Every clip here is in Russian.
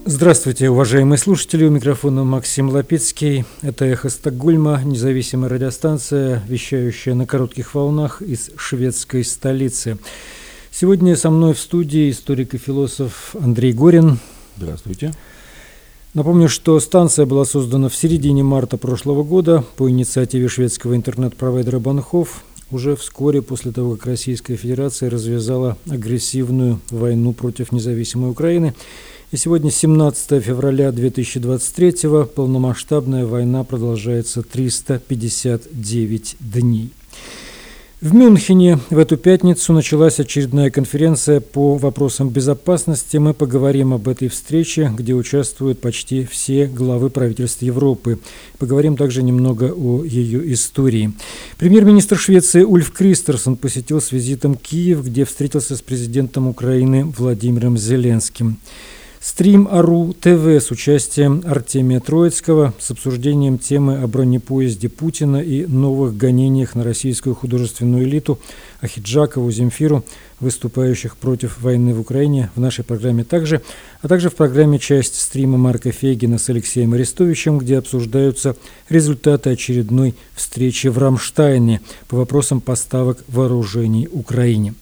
Здравствуйте, уважаемые слушатели. У микрофона Максим Лапицкий. Это «Эхо Стокгольма», независимая радиостанция, вещающая на коротких волнах из шведской столицы. Сегодня со мной в студии историк и философ Андрей Горин. Здравствуйте. Напомню, что станция была создана в середине марта прошлого года по инициативе шведского интернет-провайдера Банхоф, уже вскоре после того, как Российская Федерация развязала агрессивную войну против независимой Украины. И сегодня, 17 февраля 2023-го, полномасштабная война продолжается 359 дней. В Мюнхене в эту пятницу началась очередная конференция по вопросам безопасности. Мы поговорим об этой встрече, где участвуют почти все главы правительств Европы. Поговорим также немного о ее истории. Премьер-министр Швеции Ульф Кристерсон посетил с визитом Киев, где встретился с президентом Украины Владимиром Зеленским. Стрим.ру ТВ с участием Артемия Троицкого с обсуждением темы о бронепоезде Путина и новых гонениях на российскую художественную элиту Ахиджакову, Земфиру, выступающих против войны в Украине, в нашей программе также, а также в программе часть стрима Марка Фейгина с Алексеем Арестовичем, где обсуждаются результаты очередной встречи в Рамштайне по вопросам поставок вооружений Украине.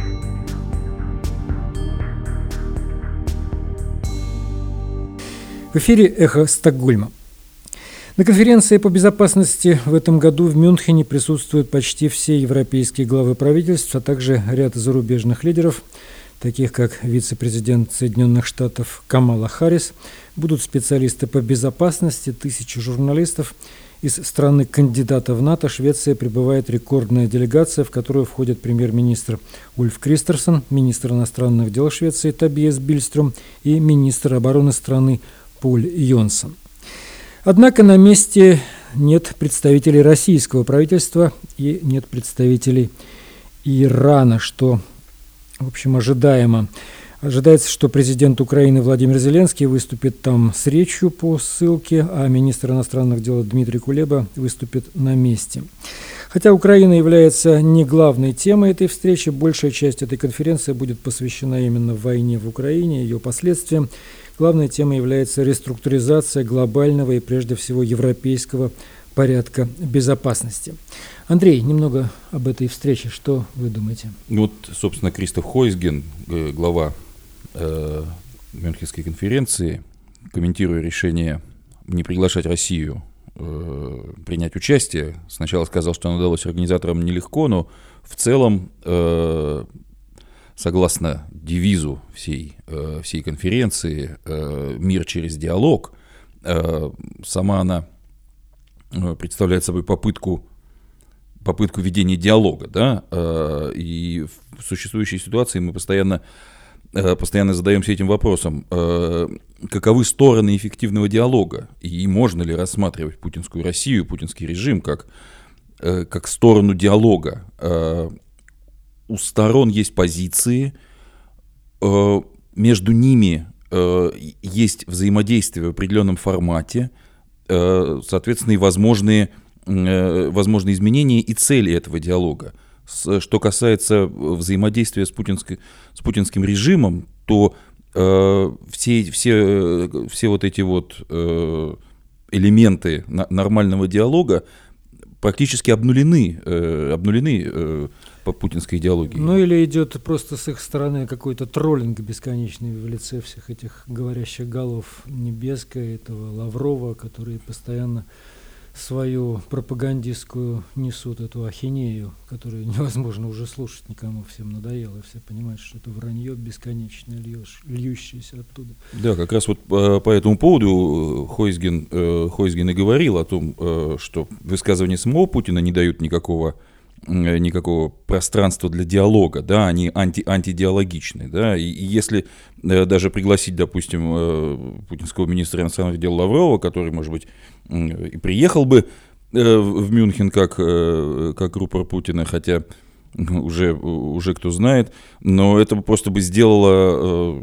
В эфире «Эхо Стокгольма». На конференции по безопасности в этом году в Мюнхене присутствуют почти все европейские главы правительств, а также ряд зарубежных лидеров, таких как вице-президент Соединенных Штатов Камала Харрис. Будут специалисты по безопасности, тысячи журналистов. Из страны-кандидата в НАТО Швеция прибывает рекордная делегация, в которую входят премьер-министр Ульф Кристерсон, министр иностранных дел Швеции Тобиас Бильстрём и министр обороны страны Поль Йонсон. Однако на месте нет представителей российского правительства и нет представителей Ирана, что, в общем, ожидаемо. Ожидается, что президент Украины Владимир Зеленский выступит там с речью по ссылке, а министр иностранных дел Дмитрий Кулеба выступит на месте. Хотя Украина является не главной темой этой встречи, большая часть этой конференции будет посвящена именно войне в Украине, ее последствиям. Главной темой является реструктуризация глобального и, прежде всего, европейского порядка безопасности. Андрей, немного об этой встрече. Что вы думаете? Вот, собственно, Кристоф Хойсген, глава Мюнхенской конференции, комментируя решение не приглашать Россию принять участие, сначала сказал, что оно далось организаторам нелегко, но в целом, согласно девизу всей конференции «Мир через диалог», сама она представляет собой попытку ведения диалога, да, и в существующей ситуации мы постоянно задаемся этим вопросом, каковы стороны эффективного диалога, и можно ли рассматривать путинскую Россию, путинский режим как сторону диалога. У сторон есть позиции, между ними есть взаимодействие в определенном формате, соответственно, и возможные изменения и цели этого диалога. Что касается взаимодействия с путинским режимом, то все вот эти вот элементы нормального диалога практически обнулены по путинской идеологии. Ну или идет просто с их стороны какой-то троллинг бесконечный в лице всех этих говорящих голов Небеска, этого Лаврова, которые постоянно свою пропагандистскую несут эту ахинею, которую невозможно уже слушать никому, всем надоело, все понимают, что это вранье бесконечное, льющееся оттуда. Да, как раз вот по этому поводу Хойсген и говорил о том, что высказывания самого Путина не дают никакого пространства для диалога, да, они антидиалогичны, да, и если даже пригласить, допустим, путинского министра иностранных дел Лаврова, который, может быть, и приехал бы в Мюнхен как рупор Путина, хотя уже кто знает, но это просто бы сделало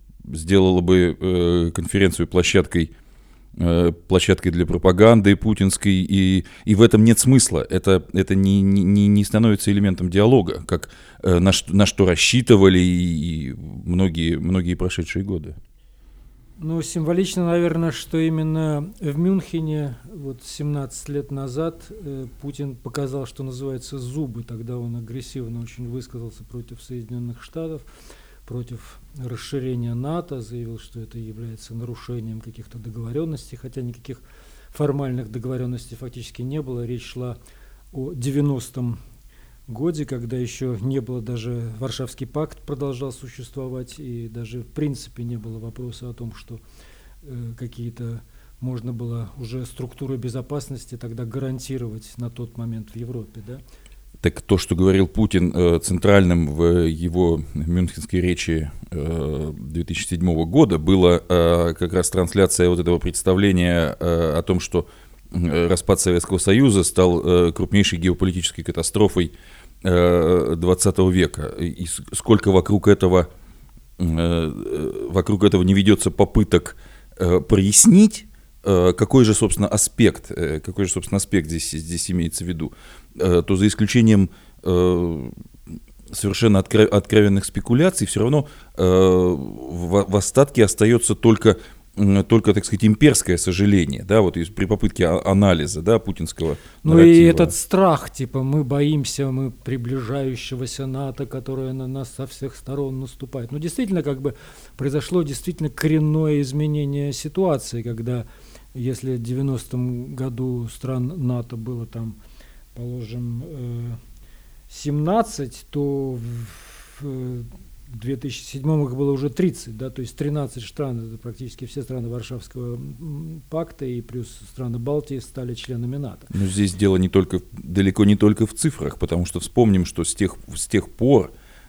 бы конференцию площадкой для пропаганды путинской, и в этом нет смысла. Это не становится элементом диалога, как на что рассчитывали и многие прошедшие годы. Ну, символично, наверное, что именно в Мюнхене вот 17 лет назад Путин показал, что называется, зубы. Тогда он агрессивно очень высказался против Соединенных Штатов, против расширения НАТО, заявил, что это является нарушением каких-то договоренностей, хотя никаких формальных договоренностей фактически не было. Речь шла о 90-м годе, когда еще не было, даже Варшавский пакт продолжал существовать, и даже в принципе не было вопроса о том, что какие-то можно было уже структуры безопасности тогда гарантировать на тот момент в Европе, да? Так то, что говорил Путин центральным в его мюнхенской речи 2007 года, было как раз трансляция вот этого представления о том, что распад Советского Союза стал крупнейшей геополитической катастрофой 20 века. И сколько вокруг этого не ведется попыток прояснить, какой же, собственно, аспект здесь имеется в виду, то за исключением совершенно откровенных спекуляций, все равно в остатке остается только, так сказать, имперское сожаление, да, вот при попытке анализа, да, путинского нарратива. Ну и этот страх, типа, мы боимся, мы приближающегося НАТО, которое на нас со всех сторон наступает. Ну, действительно, как бы произошло действительно коренное изменение ситуации, когда, если в 90-м году стран НАТО было там, положим, 17, то в 2007 их было уже 30, да, то есть 13 стран, это практически все страны Варшавского пакта, и плюс страны Балтии стали членами НАТО. Но здесь дело далеко не только в цифрах, потому что вспомним, что с тех пор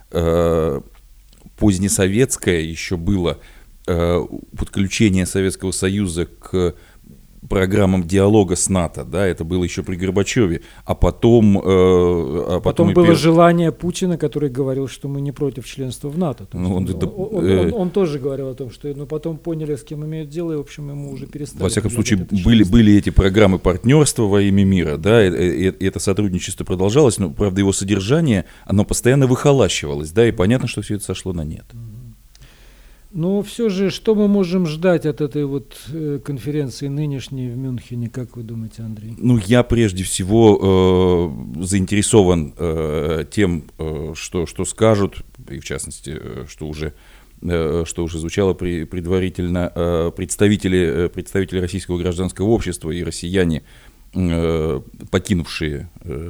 позднесоветское еще было подключение Советского Союза к программам диалога с НАТО, да, это было еще при Горбачеве, а потом было желание Путина, который говорил, что мы не против членства в НАТО. Он тоже говорил о том, что потом поняли, с кем имеют дело, и, в общем, ему уже перестали. Во всяком случае, были эти программы партнерства во имя мира, да, и это сотрудничество продолжалось, но, правда, его содержание, оно постоянно выхолащивалось, да, и понятно, что все это сошло на нет. Но все же, что мы можем ждать от этой вот конференции нынешней в Мюнхене, как вы думаете, Андрей? Ну, я прежде всего заинтересован тем, что скажут, и в частности, что уже звучало предварительно, представители российского гражданского общества и россияне, покинувшие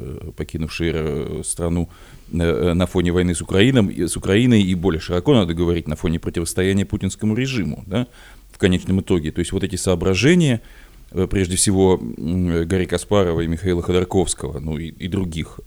страну на фоне войны с Украиной и более широко, надо говорить, на фоне противостояния путинскому режиму, да, в конечном итоге. То есть вот эти соображения, прежде всего Гарри Каспарова и Михаила Ходорковского, ну и других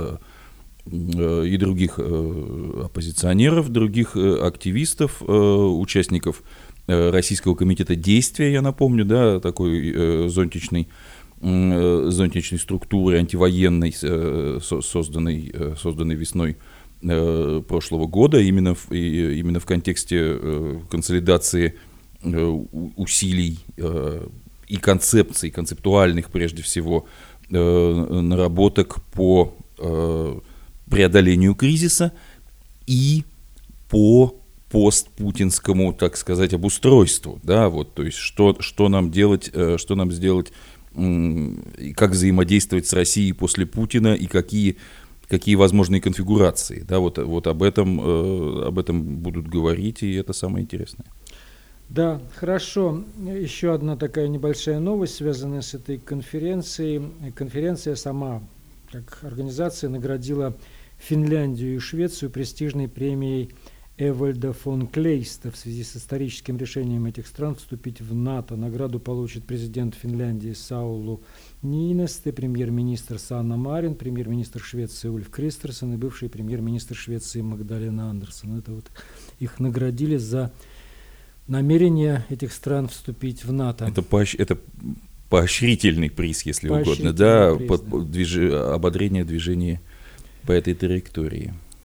оппозиционеров, других активистов, участников Российского комитета действия, я напомню, да, такой зонтичной структуры антивоенной, созданной весной прошлого года, именно в контексте консолидации усилий и концепций, концептуальных прежде всего, наработок по преодолению кризиса и по постпутинскому, так сказать, обустройству, да, вот, то есть что нам сделать, и как взаимодействовать с Россией после Путина, и какие возможные конфигурации, да, вот об этом будут говорить, и это самое интересное. Да, хорошо. Еще одна такая небольшая новость, связанная с этой конференцией. Конференция сама, как организация, наградила Финляндию и Швецию престижной премией Эвальда фон Клейста в связи с историческим решением этих стран вступить в НАТО. Награду получит президент Финляндии Саулу Ниинистö, премьер-министр Санна Марин, премьер-министр Швеции Ульф Кристерсон и бывший премьер-министр Швеции Магдалена Андерсон. Это вот их наградили за намерение этих стран вступить в НАТО. Это поощрительный приз, если угодно, да, ободрение движения по этой траектории.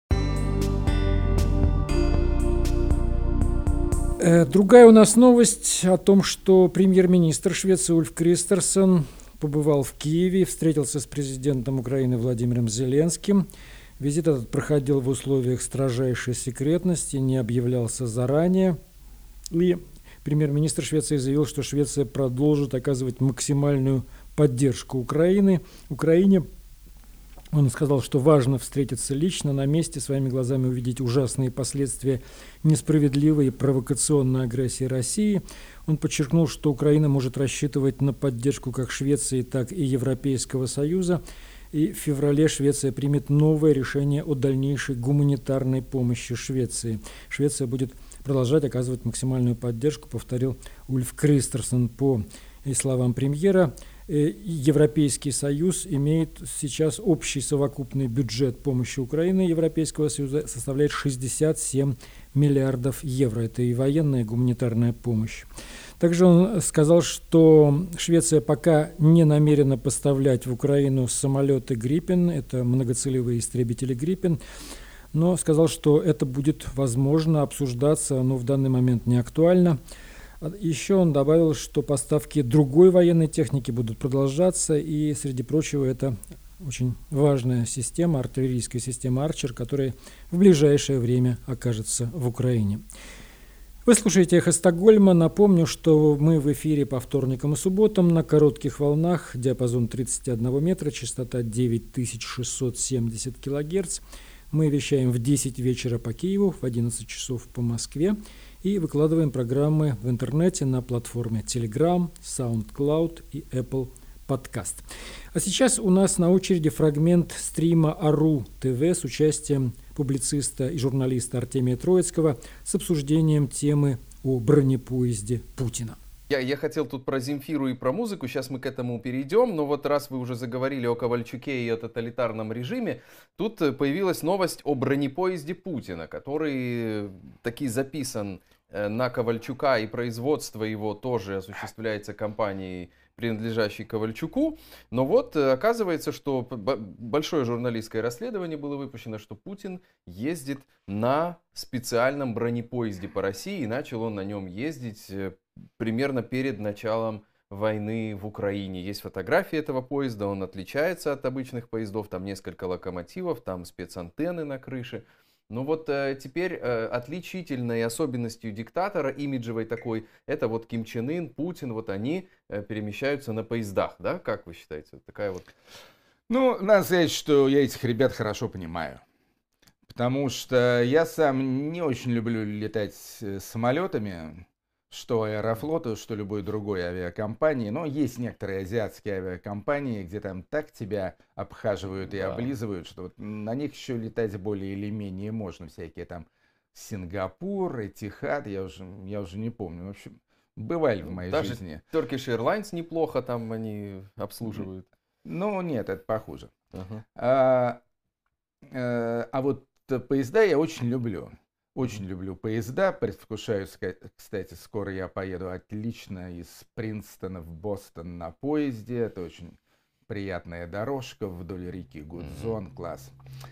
Другая у нас новость о том, что премьер-министр Швеции Ульф Кристерсон побывал в Киеве, встретился с президентом Украины Владимиром Зеленским. Визит этот проходил в условиях строжайшей секретности, не объявлялся заранее. И Премьер-министр Швеции заявил, что Швеция продолжит оказывать максимальную поддержку Украине. Он сказал, что важно встретиться лично на месте, своими глазами увидеть ужасные последствия несправедливой и провокационной агрессии России. Он подчеркнул, что Украина может рассчитывать на поддержку как Швеции, так и Европейского Союза. И в феврале Швеция примет новое решение о дальнейшей гуманитарной помощи Швеции. Швеция будет продолжать оказывать максимальную поддержку, повторил Ульф Кристерсон. По словам премьера, Европейский Союз имеет сейчас общий совокупный бюджет помощи Украины Европейского Союза составляет 67 миллиардов евро. Это и военная, и гуманитарная помощь. Также он сказал, что Швеция пока не намерена поставлять в Украину самолеты «Гриппен», это многоцелевые истребители «Гриппен», но сказал, что это будет возможно обсуждаться, но в данный момент не актуально. Еще он добавил, что поставки другой военной техники будут продолжаться, и, среди прочего, это очень важная система, артиллерийская система «Арчер», которая в ближайшее время окажется в Украине. Вы слушаете «Эхо Стокгольма». Напомню, что мы в эфире по вторникам и субботам на коротких волнах, диапазон 31 метра, частота 9670 кГц. Мы вещаем в 10 вечера по Киеву, в 11 часов по Москве и выкладываем программы в интернете на платформе Telegram, SoundCloud и Apple Podcast. А сейчас у нас на очереди фрагмент стрима АРУ ТВ с участием публициста и журналиста Артемия Троицкого с обсуждением темы о бронепоезде Путина. Я хотел тут про Земфиру и про музыку, сейчас мы к этому перейдем, но вот раз вы уже заговорили о Ковальчуке и о тоталитарном режиме, тут появилась новость о бронепоезде Путина, который таки записан на Ковальчука, и производство его тоже осуществляется компанией, принадлежащей Ковальчуку. Но вот оказывается, что большое журналистское расследование было выпущено, что Путин ездит на специальном бронепоезде по России, и начал он на нем ездить примерно перед началом войны в Украине. Есть фотографии этого поезда, он отличается от обычных поездов, там несколько локомотивов, там спецантенны на крыше. Но вот теперь отличительной особенностью диктатора, имиджевой такой, это вот Ким Чен Ын, Путин, вот они перемещаются на поездах, да? Как вы считаете? Такая вот... Ну, надо сказать, что я этих ребят хорошо понимаю. Потому что я сам не очень люблю летать самолетами, что Аэрофлота, что любой другой авиакомпании. Но есть некоторые азиатские авиакомпании, где там так тебя обхаживают и облизывают, что вот на них еще летать более или менее можно. Всякие там Сингапур, Этихад, я уже не помню. В общем, бывали в моей жизни. Даже Turkish Airlines неплохо там они обслуживают. Ну, нет, это похуже. А вот поезда я очень люблю. Очень люблю поезда, предвкушаю, кстати, скоро я поеду отлично из Принстона в Бостон на поезде. Это очень приятная дорожка вдоль реки Гудзон, класс.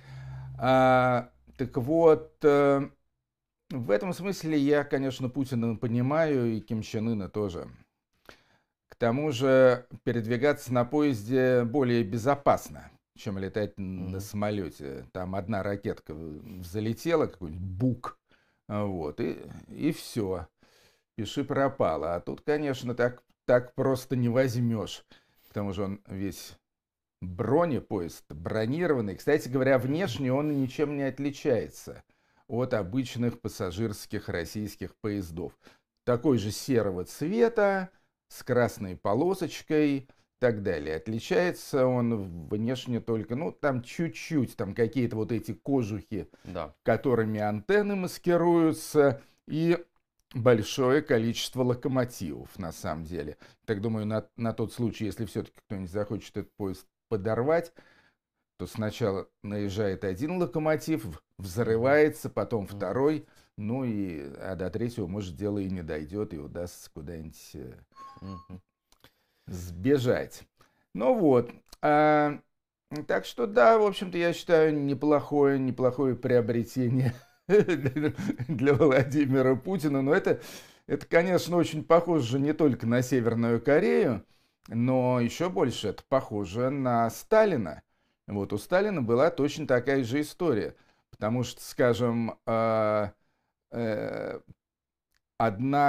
Так вот, в этом смысле я, конечно, Путина понимаю и Ким Чен Ына тоже. К тому же передвигаться на поезде более безопасно, чем летать на самолете. Там одна ракетка залетела, какой-нибудь бук, вот, и все, пиши пропало. А тут, конечно, так просто не возьмешь. К тому же он весь бронепоезд, бронированный. Кстати говоря, внешне он ничем не отличается от обычных пассажирских российских поездов. Такой же серого цвета, с красной полосочкой и так далее. Отличается он внешне только, ну, там чуть-чуть, там какие-то вот эти кожухи, которыми антенны маскируются, и большое количество локомотивов, на самом деле. Так думаю, на тот случай, если все-таки кто-нибудь захочет этот поезд подорвать, то сначала наезжает один локомотив, взрывается, потом второй, ну а до третьего, может, дело и не дойдет, и удастся куда-нибудь сбежать. Ну вот. Так что да, в общем-то, я считаю, неплохое приобретение для Владимира Путина. Но это, конечно, очень похоже не только на Северную Корею, но еще больше это похоже на Сталина. Вот у Сталина была точно такая же история. Потому что, скажем, одна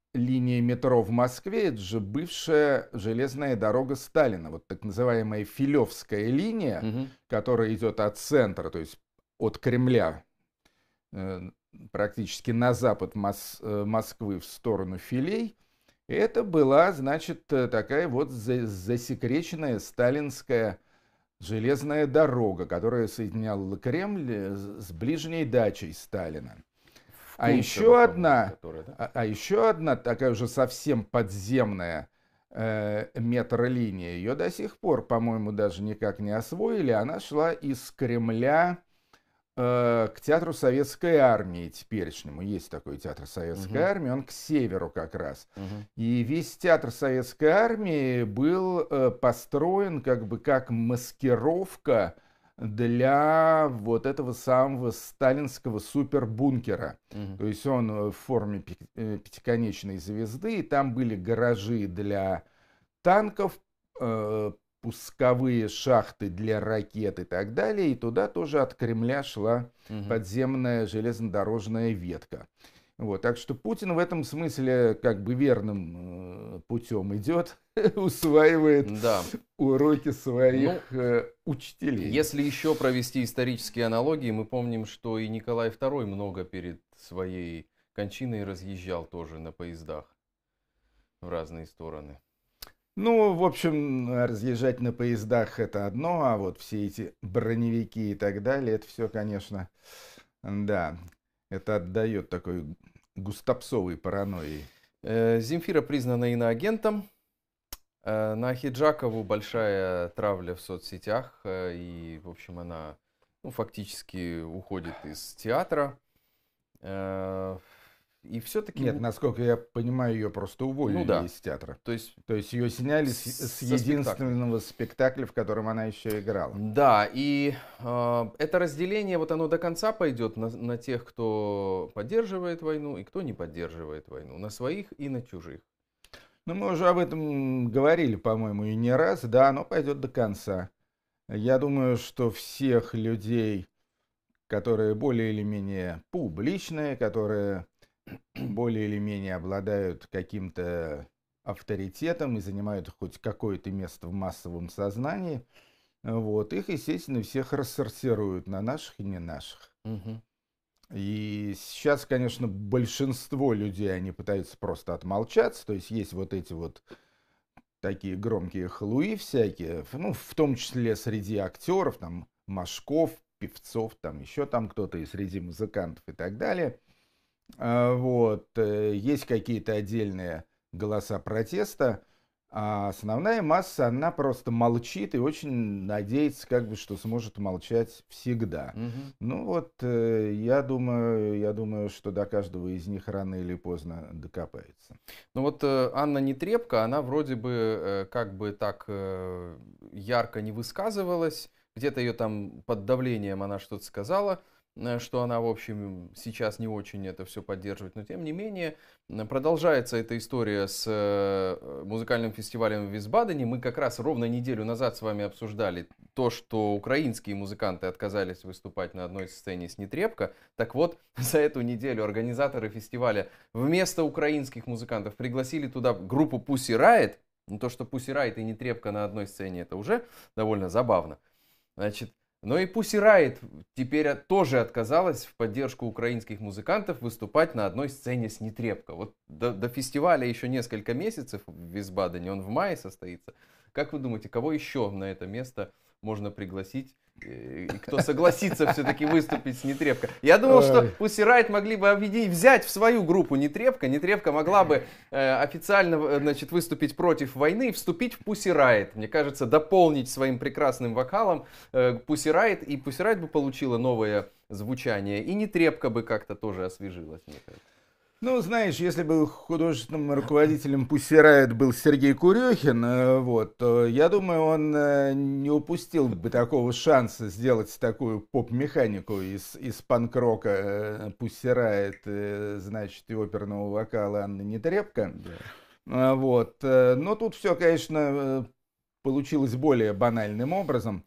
линия метро в Москве — это же бывшая железная дорога Сталина, вот так называемая Филевская линия, которая идет от центра, то есть от Кремля практически на запад Москвы в сторону Филей. Это была, значит, такая вот засекреченная сталинская железная дорога, которая соединяла Кремль с ближней дачей Сталина. А еще одна такая уже совсем подземная метролиния, ее до сих пор, по-моему, даже никак не освоили. Она шла из Кремля к Театру Советской Армии теперешнему. Есть такой Театр Советской Армии, он к северу как раз. И весь Театр Советской Армии был построен как бы как маскировка для вот этого самого сталинского супербункера. То есть он в форме пятиконечной звезды, и там были гаражи для танков, пусковые шахты для ракет и так далее, и туда тоже от Кремля шла подземная железнодорожная ветка. Вот, так что Путин в этом смысле как бы верным путем идет, усваивает уроки своих учителей. Если еще провести исторические аналогии, мы помним, что и Николай II много перед своей кончиной разъезжал тоже на поездах в разные стороны. Ну, в общем, разъезжать на поездах — это одно, а вот все эти броневики и так далее, это все, конечно, да, это отдает такой густопсовой паранойи. Земфира признана иноагентом. На Хиджакову большая травля в соцсетях, и, в общем, она фактически уходит из театра. И все-таки... Нет, насколько я понимаю, ее просто уволили из театра. То есть ее сняли с единственного спектакля, в котором она еще играла. Да, и это разделение, вот оно до конца пойдет на тех, кто поддерживает войну и кто не поддерживает войну, на своих и на чужих. Ну, мы уже об этом говорили, по-моему, и не раз, да, оно пойдет до конца. Я думаю, что всех людей, которые более или менее публичные, которые более или менее обладают каким-то авторитетом и занимают хоть какое-то место в массовом сознании, вот, их, естественно, всех рассортируют на наших и не наших. И сейчас, конечно, большинство людей, они пытаются просто отмолчаться, то есть есть вот эти вот такие громкие халуи всякие, ну, в том числе среди актеров, там, Машков, певцов, там, еще там кто-то и среди музыкантов и так далее. Вот. Есть какие-то отдельные голоса протеста, а основная масса, она просто молчит и очень надеется, как бы, что сможет молчать всегда. Ну вот, я думаю, что до каждого из них рано или поздно докопается. Ну вот Анна Нетребко, она вроде бы как бы так ярко не высказывалась, где-то ее там под давлением она что-то сказала, что она, в общем, сейчас не очень это все поддерживает. Но, тем не менее, продолжается эта история с музыкальным фестивалем в Висбадене. Мы как раз ровно неделю назад с вами обсуждали то, что украинские музыканты отказались выступать на одной сцене с Нетребко. Так вот, за эту неделю организаторы фестиваля вместо украинских музыкантов пригласили туда группу Pussy Riot. Ну, то, что Pussy Riot и Нетребко на одной сцене, это уже довольно забавно. Значит, но и Pussy Riot теперь тоже отказалась в поддержку украинских музыкантов выступать на одной сцене с Нетребко. Вот до фестиваля еще несколько месяцев в Висбадене, он в мае состоится. Как вы думаете, кого еще на это место можно пригласить? И кто согласится все-таки выступить с Нетребко? Я думал, что Pussy Riot могли бы взять в свою группу Нетребко. Нетребко могла бы официально, значит, выступить против войны и вступить в Pussy Riot. Мне кажется, дополнить своим прекрасным вокалом Pussy Riot. И Pussy Riot бы получила новое звучание. И Нетребко бы как-то тоже освежилась, мне кажется. Ну, знаешь, если бы художественным руководителем Pussy Riot был Сергей Курехин, вот, то, я думаю, он не упустил бы такого шанса сделать такую поп-механику из панк-рока Pussy Riot, значит, и оперного вокала Анны Нетребко. Да. Вот. Но тут все, конечно, получилось более банальным образом.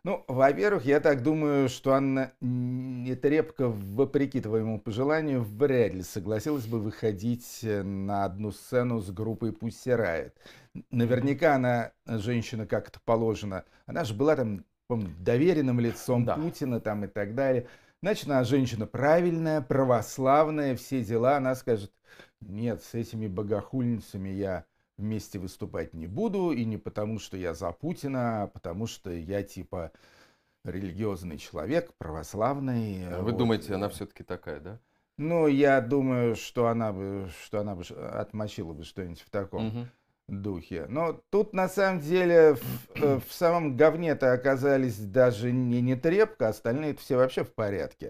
Ну, во-первых, я так думаю, что Анна Нетребко, вопреки твоему пожеланию, вряд ли согласилась бы выходить на одну сцену с группой Pussy Riot. Наверняка она, женщина, как это положено, она же была там, помню, доверенным лицом Путина там и так далее. Значит, она женщина правильная, православная, все дела. Она скажет, нет, с этими богохульницами я вместе выступать не буду, и не потому, что я за Путина, а потому, что я типа религиозный человек, православный. Вы думаете, она все-таки такая, да? Ну, я думаю, что она бы отмочила бы что-нибудь в таком духе. Но тут на самом деле в самом говне-то оказались даже не Нетребко, остальные-то все вообще в порядке.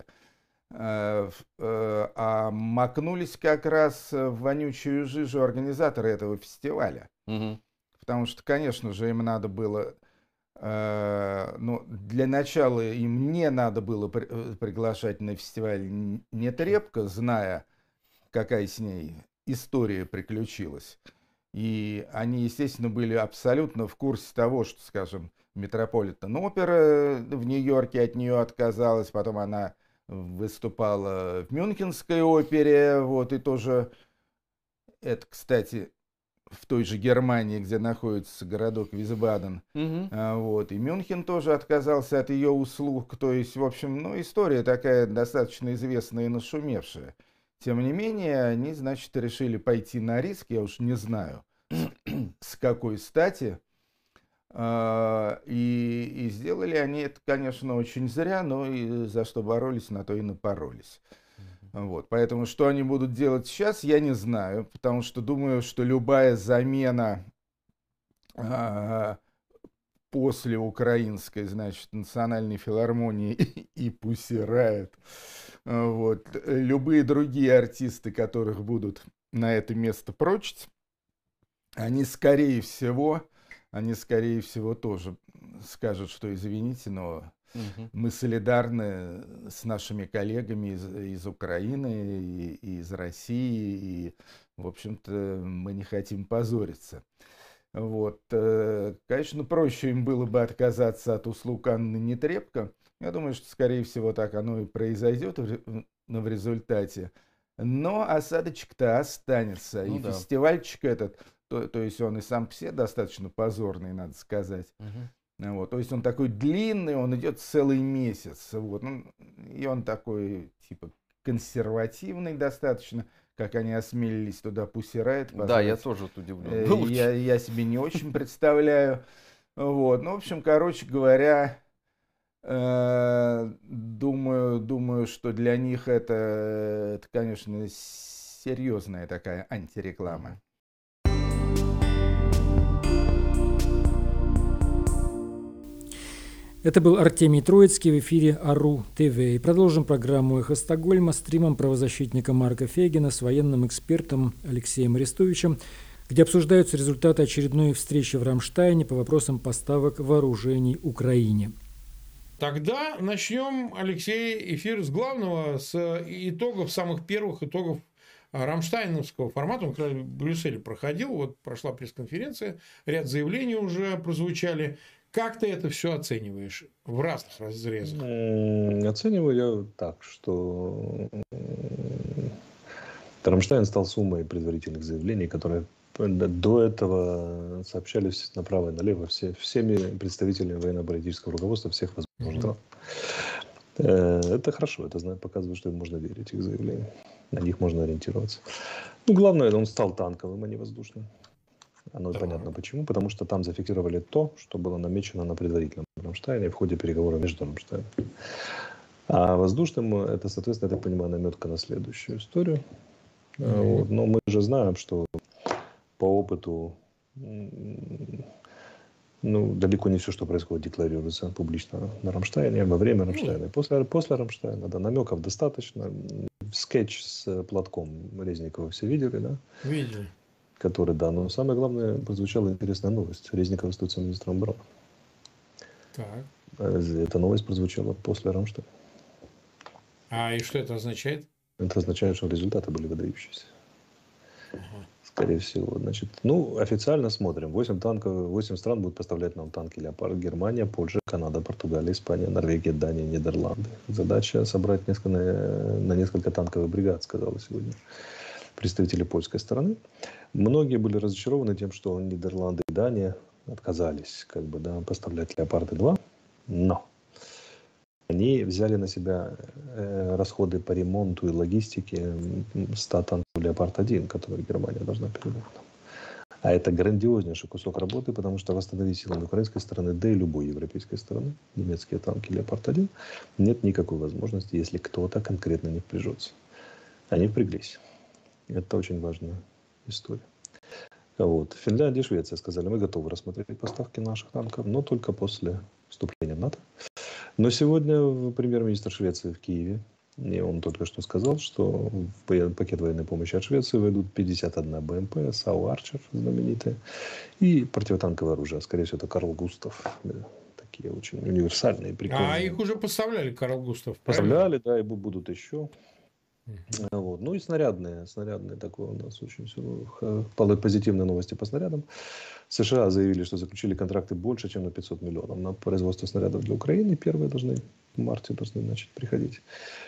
А макнулись как раз в вонючую жижу организаторы этого фестиваля. Потому что, конечно же, им надо было, ну, для начала им не надо было приглашать на фестиваль Нетребко, зная, какая с ней история приключилась. И они, естественно, были абсолютно в курсе того, что, скажем, Метрополитен-опера в Нью-Йорке от нее отказалась, потом она выступала в Мюнхенской опере, вот, и тоже, это, кстати, в той же Германии, где находится городок Висбаден, вот, и Мюнхен тоже отказался от ее услуг, то есть, в общем, ну, история такая достаточно известная и нашумевшая. Тем не менее, они, значит, решили пойти на риск, я уж не знаю, с какой стати. И сделали они это, конечно, очень зря, но и за что боролись, на то и напоролись. Вот. Поэтому что они будут делать сейчас, я не знаю, потому что думаю, что любая замена после украинской, значит, национальной филармонии и Pussy Riot, вот, любые другие артисты, которых будут на это место прочить, они, скорее всего, тоже скажут, что извините, но мы солидарны с нашими коллегами из Украины и из России, и, в общем-то, мы не хотим позориться. Вот. Конечно, проще им было бы отказаться от услуг Анны Нетребко. Я думаю, что, скорее всего, так оно и произойдет в результате. Но осадочек-то останется. Ну, и да. Фестивальчик этот, то есть он и сам по себе достаточно позорный, надо сказать. Вот, то есть он такой длинный, он идет целый месяц. Вот, и он такой, типа, консервативный достаточно, как они осмелились туда Pussy Riot позвать. Да, я тоже удивлен. Я себе не очень представляю. Вот, ну, в общем, короче говоря, думаю, что для них это, конечно, серьезная такая антиреклама. Это был Артемий Троицкий в эфире АРУ ТВ. И продолжим программу «Эхо Стокгольма» стримом правозащитника Марка Фейгина с военным экспертом Алексеем Арестовичем, где обсуждаются результаты очередной встречи в Рамштайне по вопросам поставок вооружений Украине. Тогда начнем, Алексей, эфир с главного, с итогов, самых первых итогов рамштайновского формата. Он, который в Брюсселе проходил, вот прошла пресс-конференция, ряд заявлений уже прозвучали. Как ты это все оцениваешь в разных разрезах? Оцениваю я так, что Рамштайн стал суммой предварительных заявлений, которые до этого сообщались направо и налево всеми представителями военно-политического руководства всех возможных стран. Это хорошо, это показывает, что им можно верить, их заявлениям. На них можно ориентироваться. Ну, главное, он стал танковым, а не воздушным. Оно понятно почему. Потому что там зафиксировали то, что было намечено на предварительном Рамштайне в ходе переговоров между Рамштайном. А воздушным, это, соответственно, я так понимаю, наметка на следующую историю. Вот. Но мы же знаем, что по опыту далеко не все, что происходит, декларируется публично на Рамштайне, во время Рамштайна. После Рамштайна, да, намеков достаточно. Скетч с платком Резникова все видели, да? Видели. Который, да, но самое главное, прозвучала интересная новость. Резников остается министром обороны. Так. Эта новость прозвучала после Рамштайна. А и что это означает? Это означает, что результаты были выдающиеся. Скорее всего. Значит, ну, официально смотрим. 8 танков, 8 стран будут поставлять нам танки «Леопард». Германия, Польша, Канада, Португалия, Испания, Норвегия, Дания, Нидерланды. Задача собрать на несколько танковых бригад, сказала сегодня представители польской стороны. Многие были разочарованы тем, что Нидерланды и Дания отказались поставлять «Леопарды-2». Но они взяли на себя расходы по ремонту и логистике 100 танков «Леопард-1», которые Германия должна передать нам. А это грандиознейший кусок работы, потому что восстановить силами украинской стороны, да и любой европейской стороны, немецкие танки «Леопард-1», нет никакой возможности, если кто-то конкретно не впряжется. Они впряглись. Это очень важная история. Вот. Финляндия и Швеция сказали, мы готовы рассмотреть поставки наших танков, но только после вступления в НАТО. Но сегодня премьер-министр Швеции в Киеве, и он только что сказал, что в пакет военной помощи от Швеции войдут 51 БМП, САУ «Арчер» знаменитые, и противотанковое оружие. Скорее всего, это Карл Густав. Такие очень универсальные, прикольные. А их уже поставляли, Карл Густав? Поставляли, да, и будут еще. Вот. Ну и снарядные такое у нас очень позитивные новости по снарядам. США заявили, что заключили контракты больше, чем на 500 миллионов на производство снарядов для Украины. Первые в марте должны начать приходить.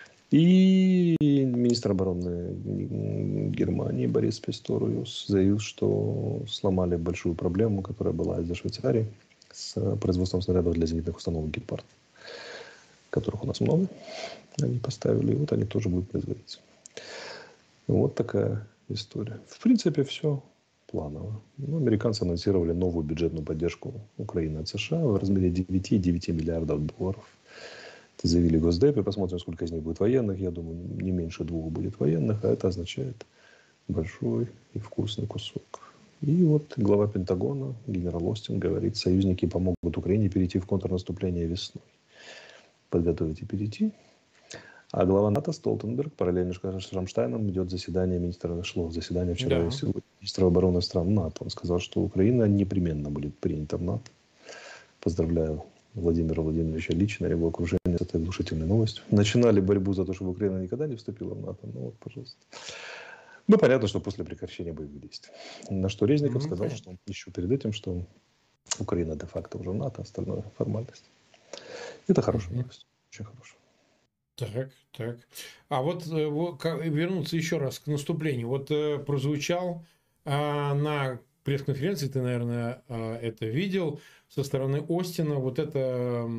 И министр обороны Германии Борис Писториус заявил, что сломали большую проблему, которая была из-за Швейцарии, с производством снарядов для зенитных установок «Гепард», которых у нас много. Они поставили, и вот они тоже будут производиться. Вот такая история. В принципе, все планово. Американцы анонсировали новую бюджетную поддержку Украины от США в размере 9,9 миллиардов долларов. Это заявили в Госдепе. Посмотрим, сколько из них будет военных. Я думаю, не меньше 2 будет военных. А это означает большой и вкусный кусок. И вот глава Пентагона, генерал Остин, говорит, союзники помогут Украине перейти в контрнаступление весной. Подготовить и перейти. А глава НАТО Столтенберг параллельно с Рамштайном идет заседание вчера министра обороны стран НАТО. Он сказал, что Украина непременно будет принята в НАТО. Поздравляю Владимира Владимировича лично, его окружение с этой глушительной новостью. Начинали борьбу за то, чтобы Украина никогда не вступила в НАТО. Ну вот, пожалуйста. Ну, понятно, что после прекращения боевых действий. На что Резников сказал, что он еще перед этим, что Украина де-факто уже в НАТО, остальное формальность. Это хорошая новость. Очень хорошая. Так. А вот вернуться еще раз к наступлению. Вот прозвучал на пресс-конференции, ты, наверное, это видел, со стороны Остина, вот это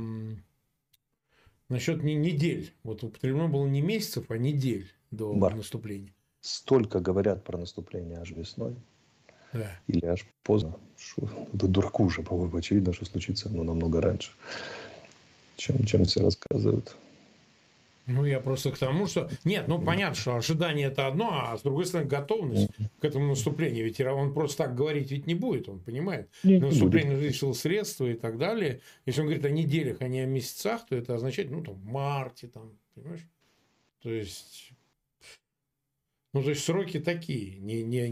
насчет недель. Вот употреблено было не месяцев, а недель до наступления. Столько говорят про наступление аж весной. Да. Или аж поздно. Это дураку уже, по-моему, очевидно, что случится намного раньше, чем все рассказывают. Ну, я просто к тому, что... Нет, понятно, что ожидание это одно, а с другой стороны готовность к этому наступлению. Ведь он просто так говорить ведь не будет, он понимает. На наступление нужны средства и так далее. Если он говорит о неделях, а не о месяцах, то это означает, в марте, понимаешь? То есть сроки такие.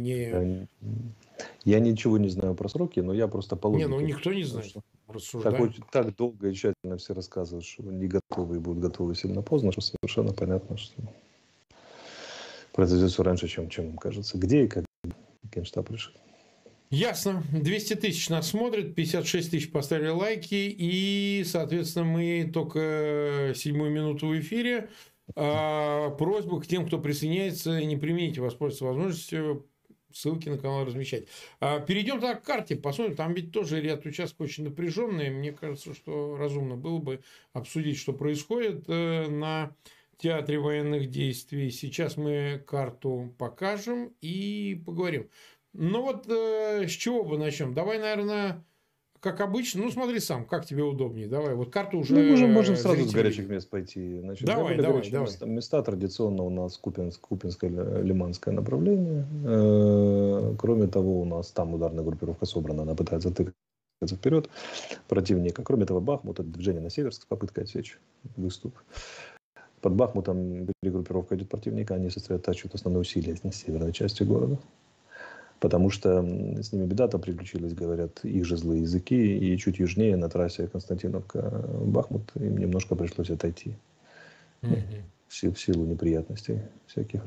Я ничего не знаю про сроки, но я просто по логике. Никто не знает. Так долго и тщательно все рассказывают, что не готовы и будут готовы сильно поздно, что совершенно понятно, что произойдет все раньше, чем им кажется. Где и как Генштаб решит. Ясно. 200 тысяч нас смотрят, 56 тысяч поставили лайки, и, соответственно, мы только 7-ю минуту в эфире. Просьба к тем, кто присоединяется, не примените воспользоваться возможностью ссылки на канал размещать. Перейдем к карте, посмотрим. Там ведь тоже ряд участков очень напряженные. Мне кажется, что разумно было бы обсудить, что происходит на театре военных действий. Сейчас мы карту покажем и поговорим. С чего бы начнем? Давай, наверное, как обычно. Смотри сам, как тебе удобнее. Давай, вот карту уже... можем сразу с горячих мест пойти. Значит, давай. Места традиционно у нас Купинское, Лиманское направление. Кроме того, у нас там ударная группировка собрана. Она пытается тыкаться вперед противника. Кроме того, Бахмут — это движение на север с попыткой отсечь выступ. Под Бахмутом перегруппировка идет противника. Они сосредотачивают основные усилия на северной части города. Потому что с ними беда там приключилась, говорят, их же злые языки. И чуть южнее, на трассе Константиновка-Бахмут, им немножко пришлось отойти. В силу неприятностей всяких разных.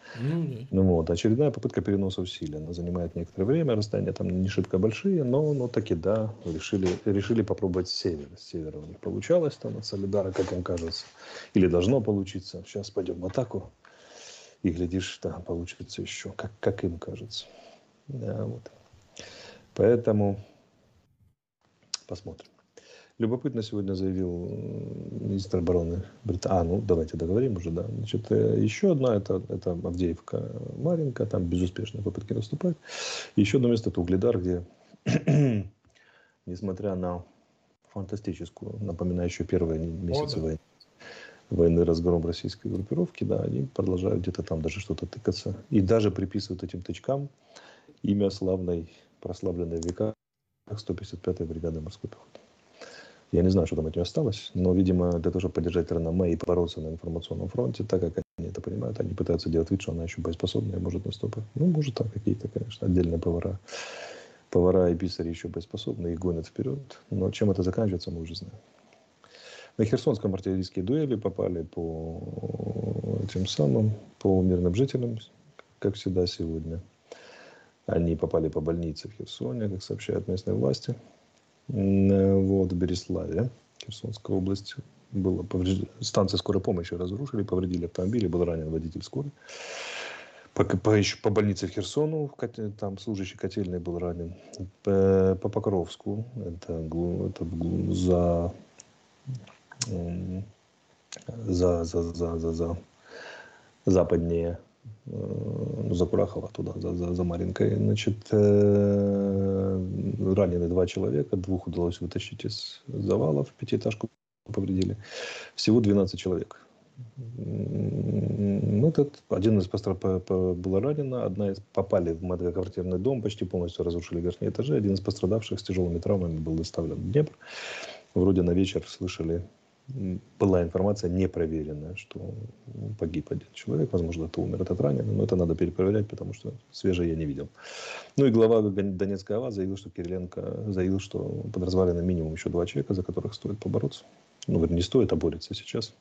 Ну, да. Ну, вот, очередная попытка переноса усилий. Она занимает некоторое время, расстояния там не шибко большие, но таки, да, решили попробовать с севера. С севера у них получалось там от Солидара, как им кажется. Или должно получиться. Сейчас пойдем в атаку. И, глядишь, да, получится еще, как им кажется. Да, вот. Поэтому посмотрим. Любопытно сегодня заявил министр обороны Британии. Давайте договорим уже, да. Значит, еще одна, это Авдеевка, Марьинка, там безуспешные попытки наступать. Еще одно место, это Угледар, где, несмотря на фантастическую, напоминающую первые месяцы войны разгром российской группировки, да, они продолжают где-то там даже что-то тыкаться. И даже приписывают этим тычкам имя славной, прославленной в веках 155-й бригады морской пехоты. Я не знаю, что там от нее осталось, но, видимо, для того, чтобы поддержать реноме и бороться на информационном фронте, так как они это понимают, они пытаются делать вид, что она еще боеспособная, может наступать. Ну, может, там какие-то, конечно, отдельные повара и писари еще боеспособны и гонят вперед. Но чем это заканчивается, мы уже знаем. На Херсонском артиллерийские дуэли попали по тем самым, по мирным жителям, как всегда сегодня. Они попали по больнице в Херсоне, как сообщают местные власти. Вот, в Береславе, Херсонской области, было повреждено. Станция скорой помощи разрушили, повредили автомобили, был ранен водитель скорой. По больнице в Херсону, там служащий котельной был ранен. По Покровску, это западнее, за Курахово, туда, за Маринкой. Значит, ранены 2 человека, 2 удалось вытащить из завалов, 5-этажку повредили. Всего 12 человек. Один из было ранено, попали в многоквартирный дом, почти полностью разрушили верхние этажи. Один из пострадавших с тяжелыми травмами был доставлен в Днепр. Вроде на вечер слышали, была информация непроверенная, что погиб один человек, возможно, это умер, этот раненый, но это надо перепроверять, потому что свежее я не видел. Ну и глава Донецкой ОВА заявил, что Кириленко заявил, что под развалиной минимум еще 2 человека, за которых стоит побороться. Ну, не стоит, а борется сейчас.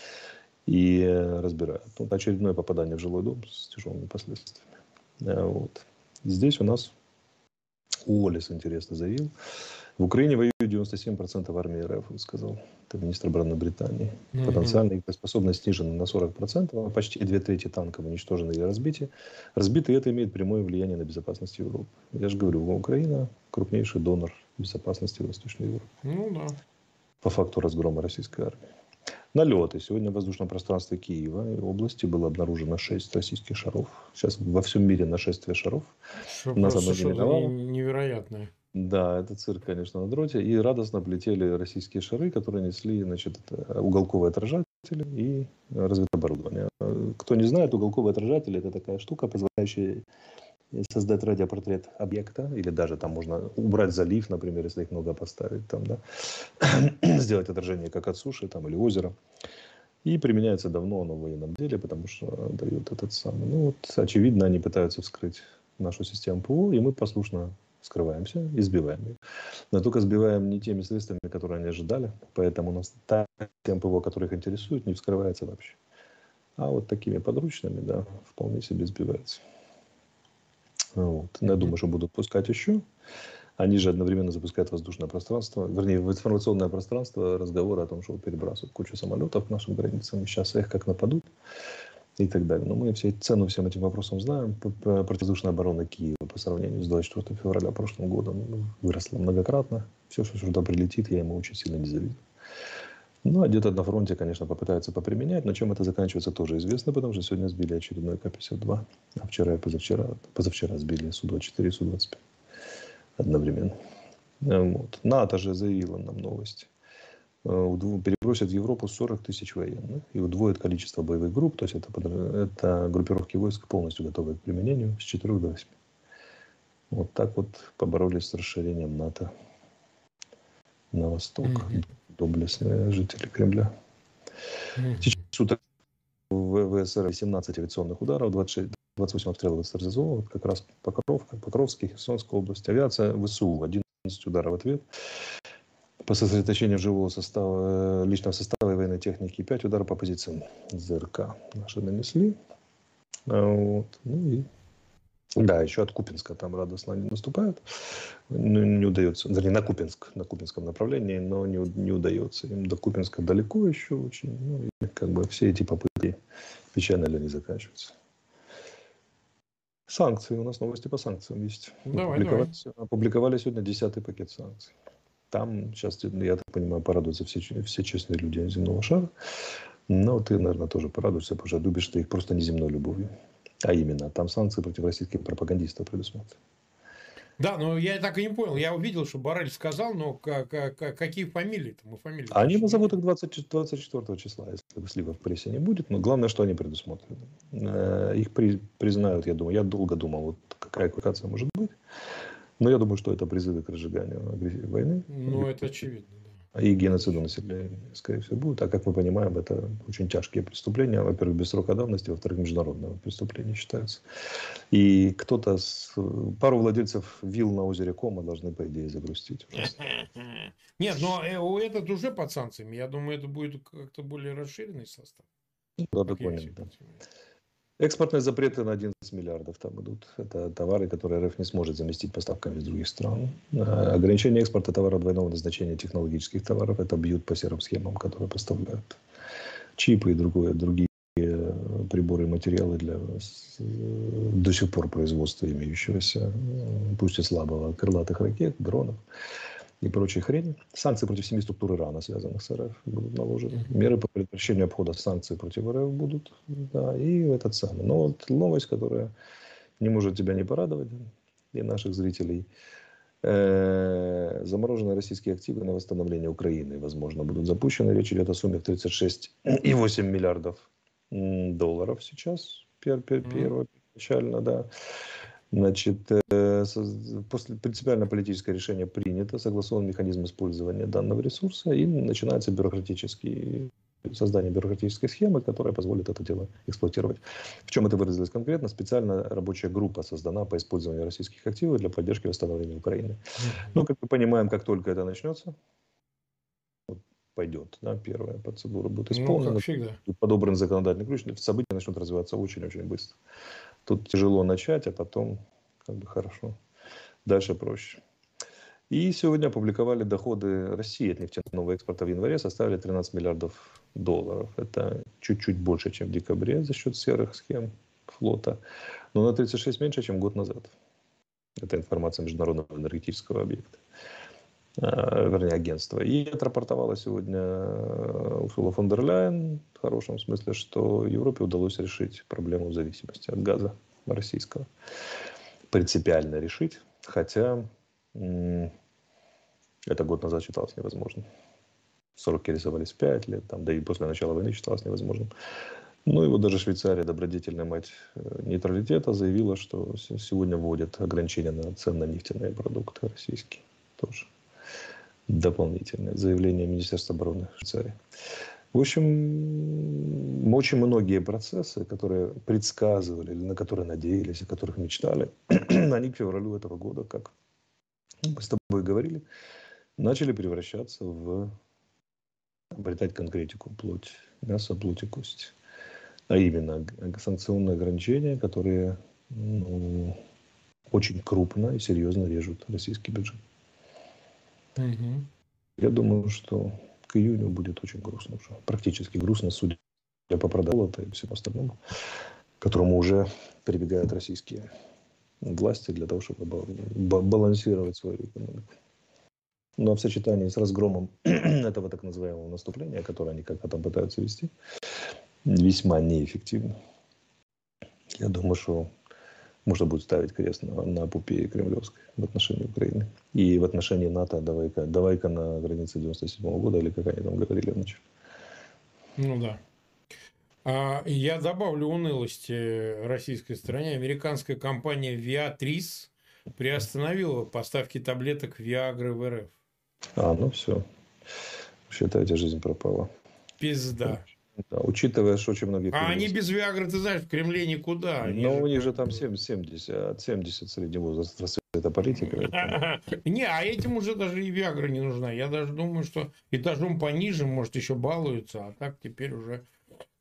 И разбирают. Очередное попадание в жилой дом с тяжелыми последствиями. Вот. Здесь у нас Уоллес, интересно, заявил. В Украине воюет 97% армии РФ, он сказал. Это министр обороны Британии. Потенциальная боеспособность снижена на 40%, почти 2/3 танков уничтожены или разбиты. Разбиты, и это имеет прямое влияние на безопасность Европы. Я же говорю, Украина крупнейший донор безопасности в Восточной Европе. Ну да. По факту разгрома российской армии. Налеты. Сегодня в воздушном пространстве Киева и области было обнаружено 6 российских шаров. Сейчас во всем мире нашествие шаров. Нас что-то невероятное. Да, это цирк, конечно, на дроте. И радостно полетели российские шары, которые несли, значит, уголковые отражатели и развитое оборудование. Кто не знает, уголковые отражатели — это такая штука, позволяющая создать радиопортрет объекта, или даже там можно убрать залив, например, если их много поставить, там, да, сделать отражение как от суши там, или озера. И применяется давно оно в военном деле, потому что дает этот самый. Ну вот, очевидно, они пытаются вскрыть нашу систему ПВО, и мы послушно скрываемся и сбиваем ее. Но только сбиваем не теми средствами, которые они ожидали, поэтому у нас та система ПВО, которая их интересует, не вскрывается вообще. А вот такими подручными, да, вполне себе сбивается. Вот. Я думаю, что будут пускать еще. Они же одновременно запускают воздушное пространство, вернее, в информационное пространство разговоры о том, что перебрасывают кучу самолетов к нашим границам, и сейчас их как нападут и так далее. Но мы цену всем этим вопросам знаем. Противовоздушная оборона Киева по сравнению с 24 февраля прошлого года выросла многократно. Все, что сюда прилетит, я ему очень сильно не завидую. Ну, а где-то на фронте, конечно, попытаются поприменять, но чем это заканчивается, тоже известно, потому что сегодня сбили очередной К-52, а вчера и позавчера сбили Су-24 и Су-25 одновременно. Вот. НАТО же заявило нам новости. Перебросят в Европу 40 тысяч военных и удвоят количество боевых групп, то есть это группировки войск полностью готовы к применению с 4 до 8. Вот так вот поборолись с расширением НАТО на восток. Доблестные жители Кремля. Сейчас суток в ВСР 17 авиационных ударов, 28 обстрелов из РСЗО, вот как раз Покровский, Херсонская область. Авиация ВСУ, 11 ударов в ответ. По сосредоточению живого состава, личного состава и военной техники 5 ударов по позициям ЗРК наши нанесли. Вот. Ну и да, еще от Купинска там радостно они наступают. Ну, не удается, вернее, на Купинском направлении, но не удается. Им до Купинска далеко еще очень. Ну, и как бы все эти попытки печально для них заканчиваются. Санкции. У нас новости по санкциям есть. Давай. Опубликовали сегодня 10-й пакет санкций. Там сейчас, я так понимаю, порадуются все честные люди земного шара. Но ты, наверное, тоже порадуешься, потому что любишь ты их просто неземной любовью. А именно, там санкции против российских пропагандистов предусмотрены. Да, но я так и не понял. Я увидел, что Боррель сказал, но какие фамилии-то? Мы фамилии. Они назовут их 24 числа, если слива в прессе не будет. Но главное, что они предусмотрены. Их признают, я думаю. Я долго думал, вот какая квалификация может быть. Но я думаю, что это призывы к разжиганию войны. Ну, это очевидно. И геноциду населения, скорее всего, будет. А как мы понимаем, это очень тяжкие преступления. Во-первых, без срока давности, во-вторых, международного преступления считаются. И пару владельцев вилл на озере Кома должны, по идее, загрустить. Нет, но этот уже под санкциями. Я думаю, это будет как-то более расширенный состав. Да, понял, да. Экспортные запреты на 11 миллиардов там идут. Это товары, которые РФ не сможет заместить поставками из других стран. Ограничение экспорта товаров двойного назначения, технологических товаров, это бьют по серым схемам, которые поставляют чипы и другие приборы и материалы для до сих пор производства имеющегося, пусть и слабого, крылатых ракет, дронов и прочей хрени. Санкции против 7 структур Ирана, связанных с РФ, будут наложены. Меры по предотвращению обхода санкций против РФ будут. Да, и этот самый. Но вот новость, которая не может тебя не порадовать, и наших зрителей. Замороженные российские активы на восстановление Украины, возможно, будут запущены. Речь идет о сумме в 36,8 миллиардов долларов сейчас. Первоначально, да. Значит, после принципиально политическое решение принято, согласован механизм использования данного ресурса, и начинается создание бюрократической схемы, которая позволит это дело эксплуатировать. В чем это выразилось конкретно? Специальная рабочая группа создана по использованию российских активов для поддержки восстановления Украины. Ну, как мы понимаем, как только это начнется, пойдет, да, первая процедура будет исполнена, будет подобран законодательный ключ, события начнут развиваться очень-очень быстро. Тут тяжело начать, а потом как бы хорошо. Дальше проще. И сегодня опубликовали доходы России от нефтяного экспорта в январе, составили 13 миллиардов долларов. Это чуть-чуть больше, чем в декабре за счет серых схем флота, но на 36 меньше, чем год назад. Это информация Международного энергетического объекта. Вернее, агентства. И отрапортовала сегодня Урсула фон дер Ляйен в хорошем смысле, что Европе удалось решить проблему зависимости от газа российского. Принципиально решить, хотя это год назад считалось невозможным. Сроки рисовались 5 лет, да и после начала войны считалось невозможным. Ну и вот даже Швейцария, добродетельная мать нейтралитета, заявила, что сегодня вводят ограничения на цены на нефтяные продукты российские тоже. Дополнительное заявление Министерства обороны Швейцарии. В общем, очень многие процессы, которые предсказывали, или на которые надеялись, о которых мечтали, они к февралю этого года, как мы с тобой говорили, начали превращаться обретать конкретику, плоть, мясо, плоть и кость. А именно санкционные ограничения, которые очень крупно и серьезно режут российский бюджет. Я думаю, что к июню будет очень грустно уже. Практически грустно, судя по продажам и всему остальному, к которому уже прибегают российские власти для того, чтобы балансировать свою экономику. Но в сочетании с разгромом этого так называемого наступления, которое они как-то там пытаются вести, весьма неэффективно. Я думаю, что можно будет ставить крест на эпопее кремлевской в отношении Украины. И в отношении НАТО давай-ка на границе 97 года, или как они там говорили вначале. Ну да. Я добавлю унылости российской стороне. Американская компания Viatris приостановила поставки таблеток Viagra в РФ. Ну все. Считайте, жизнь пропала. Пизда. Да, учитывая, что очень многие... они без Виагры, ты знаешь, в Кремле никуда. Но у них же там 70 средний возраст, это политика. Не, а этим уже даже и Виагра не нужна. Я даже думаю, что этажом пониже, может, еще балуются, а так теперь уже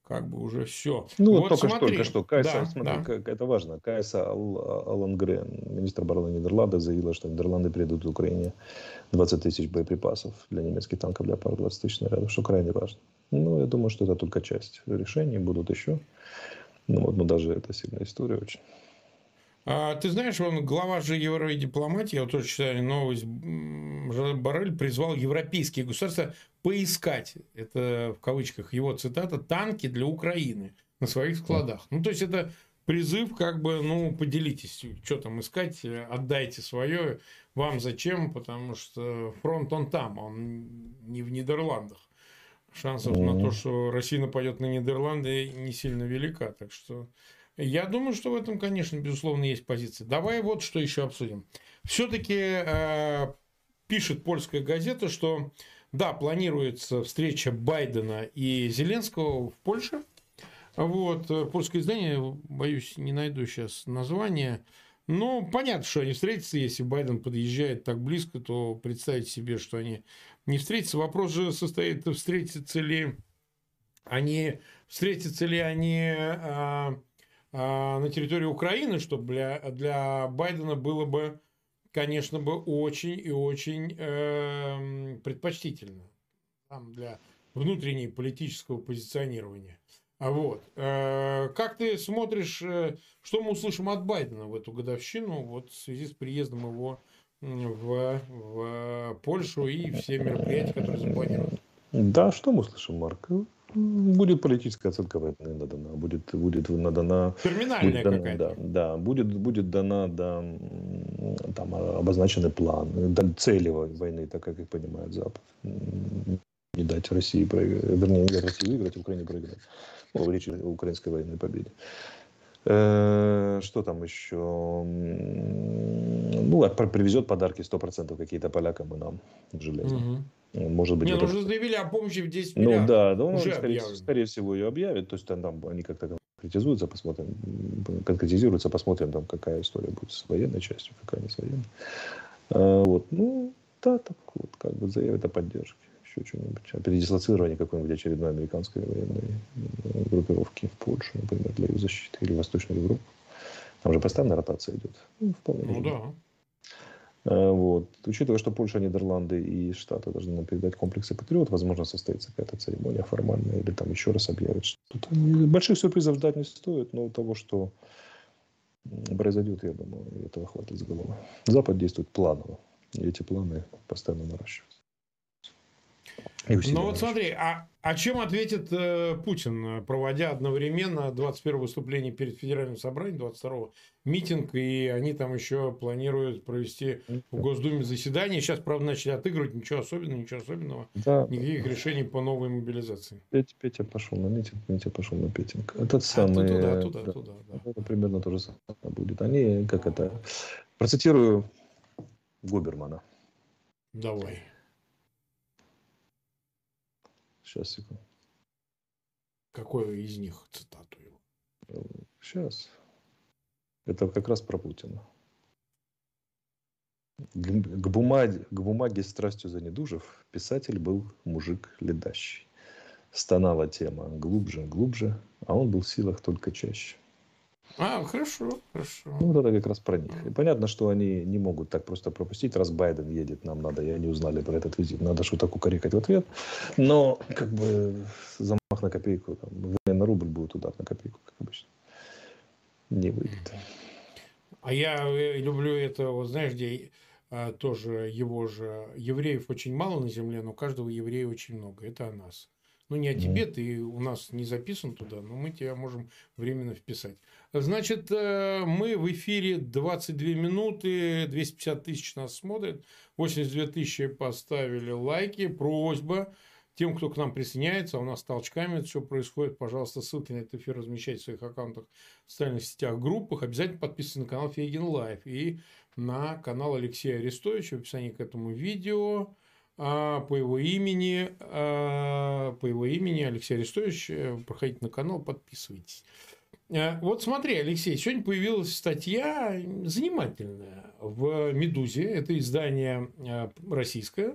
как бы уже все. Ну, Вот только что Кайса, Да, смотри, да. это важно. Кайса Аллангрен, министр обороны Нидерландов, заявила, что Нидерланды передадут Украине 20 тысяч боеприпасов для немецких танков «Леопард», 20 тысяч снарядов, что крайне важно. Ну, я думаю, что это только часть решений, будут еще. Ну, вот, но даже это сильная история очень. Ты знаешь, он глава же евродипломатии, я вот тоже читаю новость, Жозеп Боррель призвал европейские государства поискать, это в кавычках его цитата, танки для Украины на своих складах. Ну, то есть, это призыв, как бы, ну, поделитесь, что там искать, отдайте свое, вам зачем, потому что фронт он там, он не в Нидерландах. Шансов на то, что Россия нападет на Нидерланды, не сильно велика, так что... Я думаю, что в этом, конечно, безусловно, есть позиция. Давай вот что еще обсудим. Все-таки пишет польская газета, что да, планируется встреча Байдена и Зеленского в Польше. Вот, польское издание, боюсь, не найду сейчас название. Но понятно, что они встретятся. Если Байден подъезжает так близко, то представить себе, что они не встретятся. Вопрос же состоит, встретятся ли они на территории Украины, что для Байдена было бы, конечно, бы очень и очень предпочтительно для внутреннего политического позиционирования. Вот. Как ты смотришь, что мы услышим от Байдена в эту годовщину вот в связи с приездом его в Польшу и все мероприятия, которые запланированы? Да, что мы слышим, Марк? Будет политическая оценка войны надана, будет надана... Терминальная какая-то. Да, будет дана, там обозначены планы, цели войны, так как их понимает Запад. Не дать России вернее, не дать России выиграть, Украине проиграть. Ну, речь о украинской военной победе. Что там еще? Ну, привезет подарки 100% какие-то полякам и нам железно. Может быть, уже заявили о помощи в 10 миллиардов. Ну да, он скорее всего ее объявит. То есть там они как-то конкретизируются, посмотрим, там, какая история будет с военной частью, какая не с военной. Вот. Ну, да, так вот, как бы заявят о поддержке. Еще что-нибудь. О передислоцировании какой-нибудь очередной американской военной группировки в Польшу, например, для ее защиты, или в Восточную Европу. Там же постоянная ротация идет. Ну, вполне да. Вот. Учитывая, что Польша, Нидерланды и Штаты должны нам передать комплексы «Патриот», возможно, состоится какая-то церемония формальная, или там еще раз объявят что-то. Больших сюрпризов ждать не стоит, но того, что произойдет, я думаю, этого хватит с головой. Запад действует планово, и эти планы постоянно наращиваются. Ну вот смотри, а чем ответит Путин, проводя одновременно 21 выступление перед Федеральным собранием, 22 митинг, и они там еще планируют провести в Госдуме заседание. Сейчас, правда, начали отыгрывать, ничего особенного, да. Никаких решений по новой мобилизации. Петя пошел на митинг, Митя пошел на петинг. Этот самый... Туда. Это примерно то же самое будет. Они, процитирую Губермана. Давай. Сейчас, секунду. Какой из них цитату его? Сейчас. Это как раз про Путина. К бумаге страстью занедужив, писатель был мужик ледащий. Стонала тема глубже, а он был в силах только чаще. Хорошо. Ну, вот это как раз про них. И понятно, что они не могут так просто пропустить. Раз Байден едет, нам надо, и они узнали про этот визит, надо что-то кукарекать в ответ. Но, как бы, замах на копейку, на рубль будет удар на копейку, как обычно. Не выйдет. А я люблю это, вот знаешь, где тоже его же... Евреев очень мало на земле, но каждого еврея очень много. Это о нас. Ну, не о тебе, ты у нас не записан туда, но мы тебя можем временно вписать. Значит, мы в эфире 22 минуты, 250 тысяч нас смотрят, 82 тысячи поставили лайки. Просьба тем, кто к нам присоединяется, у нас толчками это все происходит, пожалуйста, ссылки на этот эфир размещайте в своих аккаунтах в социальных сетях, группах. Обязательно подписывайтесь на канал Фейгин Лайв и на канал Алексея Арестовича в описании к этому видео. По его имени Алексей Арестович, проходите на канал, подписывайтесь. Вот смотри, Алексей, сегодня появилась статья занимательная в «Медузе», это издание российское,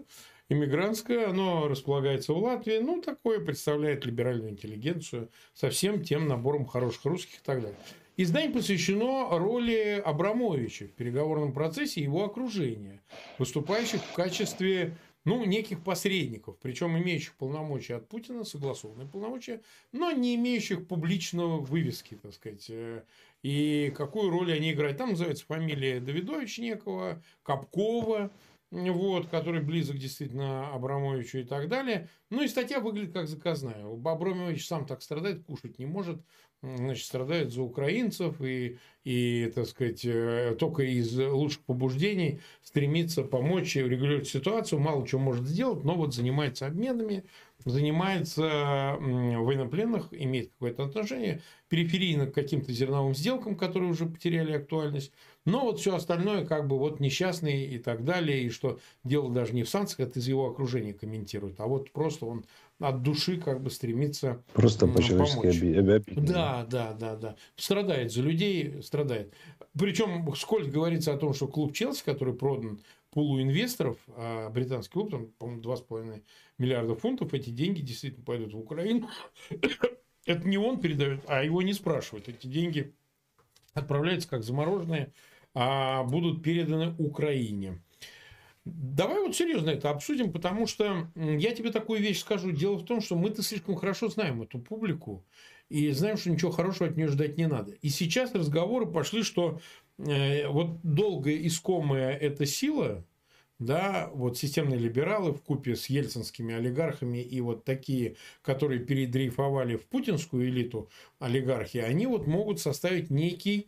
иммигрантское, оно располагается в Латвии, ну, такое представляет либеральную интеллигенцию со всем тем набором хороших русских и так далее. Издание посвящено роли Абрамовича в переговорном процессе и его окружения, выступающих в качестве, ну, неких посредников, причем имеющих полномочия от Путина, согласованные полномочия, но не имеющих публичного вывески, так сказать, и какую роль они играют. Там называется фамилия Давидович некого, Капкова, вот, который близок действительно Абрамовичу и так далее. Ну, и статья выглядит как заказная. Абрамович сам так страдает, кушать не может, значит, страдает за украинцев и, так сказать, только из лучших побуждений стремится помочь и регулировать ситуацию, мало чего может сделать, но вот занимается обменами, занимается военнопленных, имеет какое-то отношение, периферийно к каким-то зерновым сделкам, которые уже потеряли актуальность, но вот все остальное как бы вот несчастный и так далее, и что дело даже не в санкциях, это из его окружения комментирует, а вот просто он от души как бы стремится Просто по-человечески обидно. Да. Страдает за людей, страдает. Причем, сколько говорится о том, что клуб Челси, который продан пулу инвесторов, а британский клуб, там, по-моему, 2,5 миллиарда фунтов, эти деньги действительно пойдут в Украину. Это не он передает, а его не спрашивают. Эти деньги отправляются как замороженные, а будут переданы Украине. Давай вот серьезно это обсудим, потому что я тебе такую вещь скажу. Дело в том, что мы-то слишком хорошо знаем эту публику и знаем, что ничего хорошего от нее ждать не надо. И сейчас разговоры пошли, что вот долго искомая эта сила, да, вот системные либералы вкупе с ельцинскими олигархами и вот такие, которые передрейфовали в путинскую элиту олигархии, они вот могут составить некий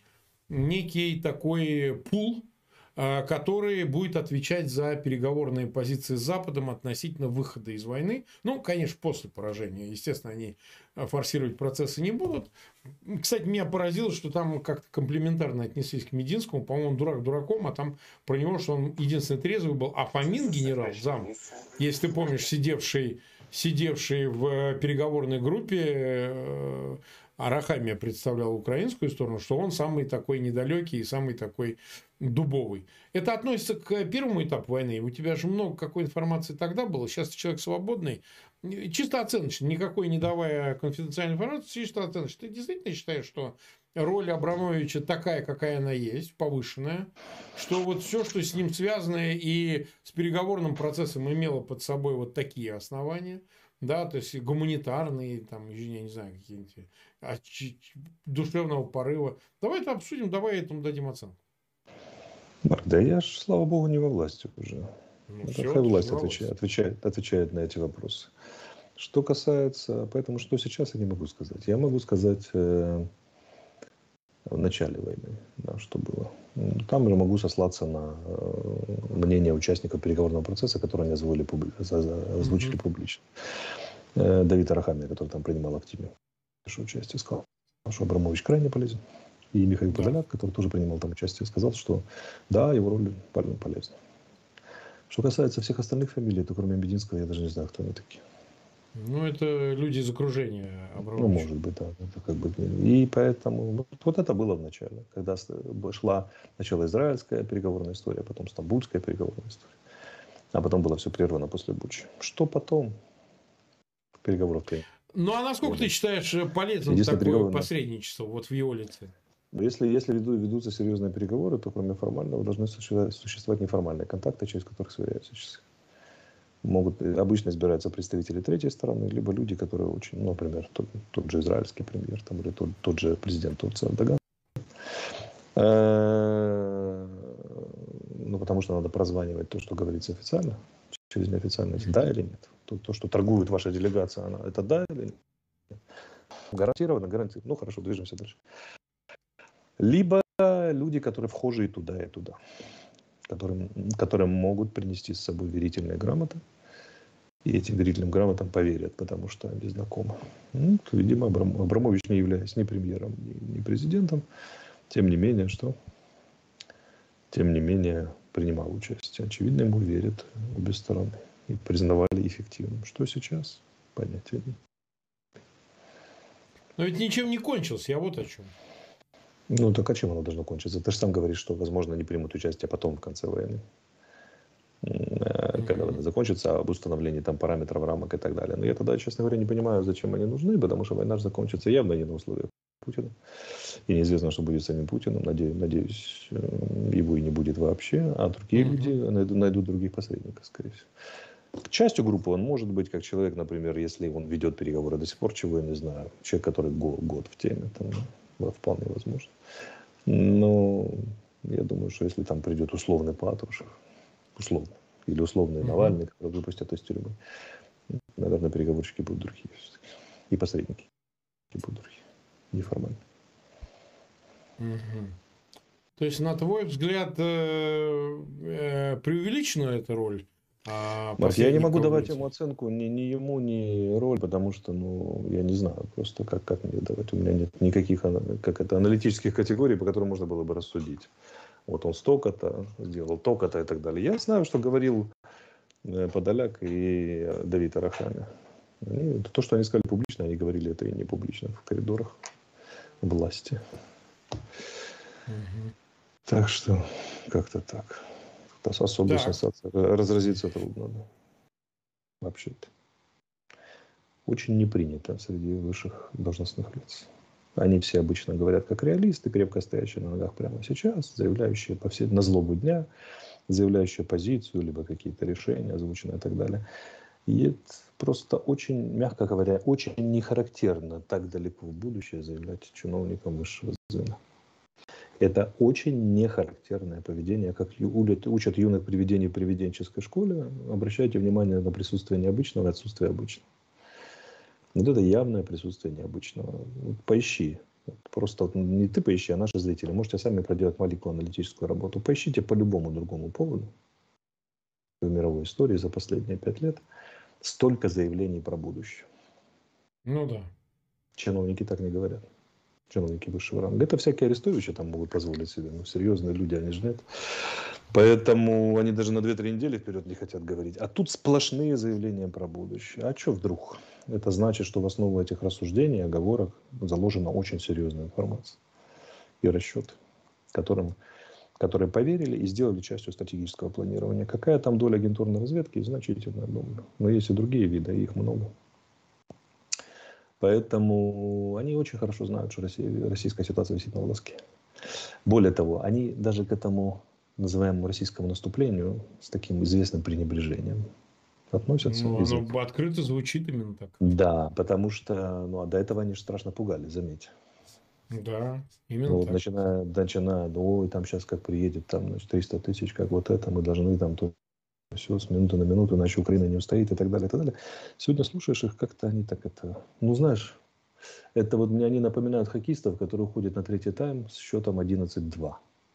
такой пул, который будет отвечать за переговорные позиции с Западом относительно выхода из войны. Ну, конечно, после поражения. Естественно, они форсировать процессы не будут. Кстати, меня поразило, что там как-то комплиментарно отнеслись к Мединскому. По-моему, дурак дураком, а там про него, что он единственный трезвый был. А Фомин, генерал, зам, если ты помнишь, сидевший в переговорной группе, Арахамия представлял украинскую сторону, что он самый такой недалекий и самый такой дубовый. Это относится к первому этапу войны. У тебя же много какой информации тогда было. Сейчас ты человек свободный. Чисто оценочно, никакой не давая конфиденциальной информации, чисто оценочно. Ты действительно считаешь, что роль Абрамовича такая, какая она есть, повышенная, что вот все, что с ним связано и с переговорным процессом имело под собой вот такие основания, да, то есть гуманитарные, там, я не знаю, какие-нибудь душевного порыва. Давай это обсудим, давай этому дадим оценку. Марк, да я ж, слава богу, не во власти уже. Какая власть отвечает на эти вопросы. Что касается, поэтому что сейчас я не могу сказать. Я могу сказать в начале войны, да, что было. Там я могу сослаться на мнение участников переговорного процесса, которые они озвучили публично. Давид Арахамия, который там принимал активное участие, сказал, что Абрамович крайне полезен. И Михаил Подоляк, который тоже принимал там участие, сказал, что да, его роль полезна. Что касается всех остальных фамилий, то кроме Мединского я даже не знаю, кто они такие. Ну, это люди из окружения Абрамовича. Ну, может быть, да. Это как бы... И поэтому... Вот это было в начале, когда шла сначала израильская переговорная история, потом стамбульская переговорная история. А потом было все прервано после Бучи. Что потом? Переговоров-то... Ну, а насколько ты считаешь полезным такое посредничество вот в его лице? Если ведутся серьезные переговоры, то кроме формального должны существовать неформальные контакты, через которых сверяются часы. Обычно избираются представители третьей стороны, либо люди, которые очень, например, тот же израильский премьер, там, или тот же президент Турции Эрдоган. Ну, потому что надо прозванивать то, что говорится официально, через неофициальность, да или нет. То, что торгует ваша делегация, это да или нет. Гарантированно. Ну, хорошо, движемся дальше. Либо люди, которые вхожи и туда, которые могут принести с собой верительные грамоты, и этим верительным грамотам поверят, потому что они знакомы. Ну, видимо, Абрамович, не являясь ни премьером, ни президентом, тем не менее, принимал участие. Очевидно, ему верят обе стороны и признавали эффективным. Что сейчас? Понятия нет. Но ведь ничем не кончилось, я вот о чем. Ну, так а чем оно должно кончиться? Ты же сам говоришь, что, возможно, не примут участие потом, в конце войны. когда война закончится, об установлении там параметров, рамок и так далее. Но я тогда, честно говоря, не понимаю, зачем они нужны, потому что война же закончится явно не на условиях Путина. И неизвестно, что будет с самим Путиным. Надеюсь, его и не будет вообще, а другие люди найдут других посредников, скорее всего. Частью группы он может быть как человек, например, если он ведет переговоры до сих пор, чего я не знаю, человек, который год в теме, там, вполне возможно. Но я думаю, что если там придет условный Патрушев, условно, или условный Навальный, который выпустят из тюрьмы, наверное, переговорщики будут другие все-таки. И посредники будут другие, неформальные. То есть, на твой взгляд, преувеличена эта роль? Марк, я не могу давать ему оценку, ни ему, ни роль, потому что, я не знаю, просто как мне давать. У меня нет никаких аналитических категорий, по которым можно было бы рассудить. Вот он столько-то сделал, то-то и так далее. Я знаю, что говорил Подоляк и Давид Арахамия. То, что они сказали публично, они говорили это и не публично в коридорах власти. Так что как-то так. Особой сенсации разразиться трудно. Да. Вообще-то. Очень не принято среди высших должностных лиц. Они все обычно говорят как реалисты, крепко стоящие на ногах прямо сейчас, заявляющие на злобу дня, заявляющие позицию, либо какие-то решения озвученные и так далее. И это просто очень, мягко говоря, очень не характерно так далеко в будущее заявлять чиновникам высшего звена. Это очень нехарактерное поведение, как учат юных привидений в привиденческой школе. Обращайте внимание на присутствие необычного и отсутствие обычного. Вот это явное присутствие необычного. Поищи. Просто не ты поищи, а наши зрители. Можете сами проделать маленькую аналитическую работу. Поищите по любому другому поводу в мировой истории за последние 5 лет столько заявлений про будущее. Ну да. Чиновники так не говорят. Чиновники высшего ранга. Это всякие арестующие там могут позволить себе. Но серьезные люди, они же нет. Поэтому они даже на 2-3 недели вперед не хотят говорить. А тут сплошные заявления про будущее. А что вдруг? Это значит, что в основу этих рассуждений, оговорок заложена очень серьезная информация и расчеты, которые поверили и сделали частью стратегического планирования. Какая там доля агентурной разведки? Значительная доля. Но есть и другие виды, и их много. Поэтому они очень хорошо знают, что российская ситуация висит на волоске. Более того, они даже к этому называемому российскому наступлению с таким известным пренебрежением относятся. Оно открыто звучит именно так. Да, потому что до этого они же страшно пугали, заметьте. Да, именно так. Начиная, ой, там сейчас как приедет, там 300 тысяч, как вот это, мы должны там то все с минуты на минуту, иначе Украина не устоит и так далее, и так далее. Сегодня слушаешь их, как-то они так это... знаешь, это вот мне они напоминают хоккеистов, которые уходят на третий тайм с счетом 11-2.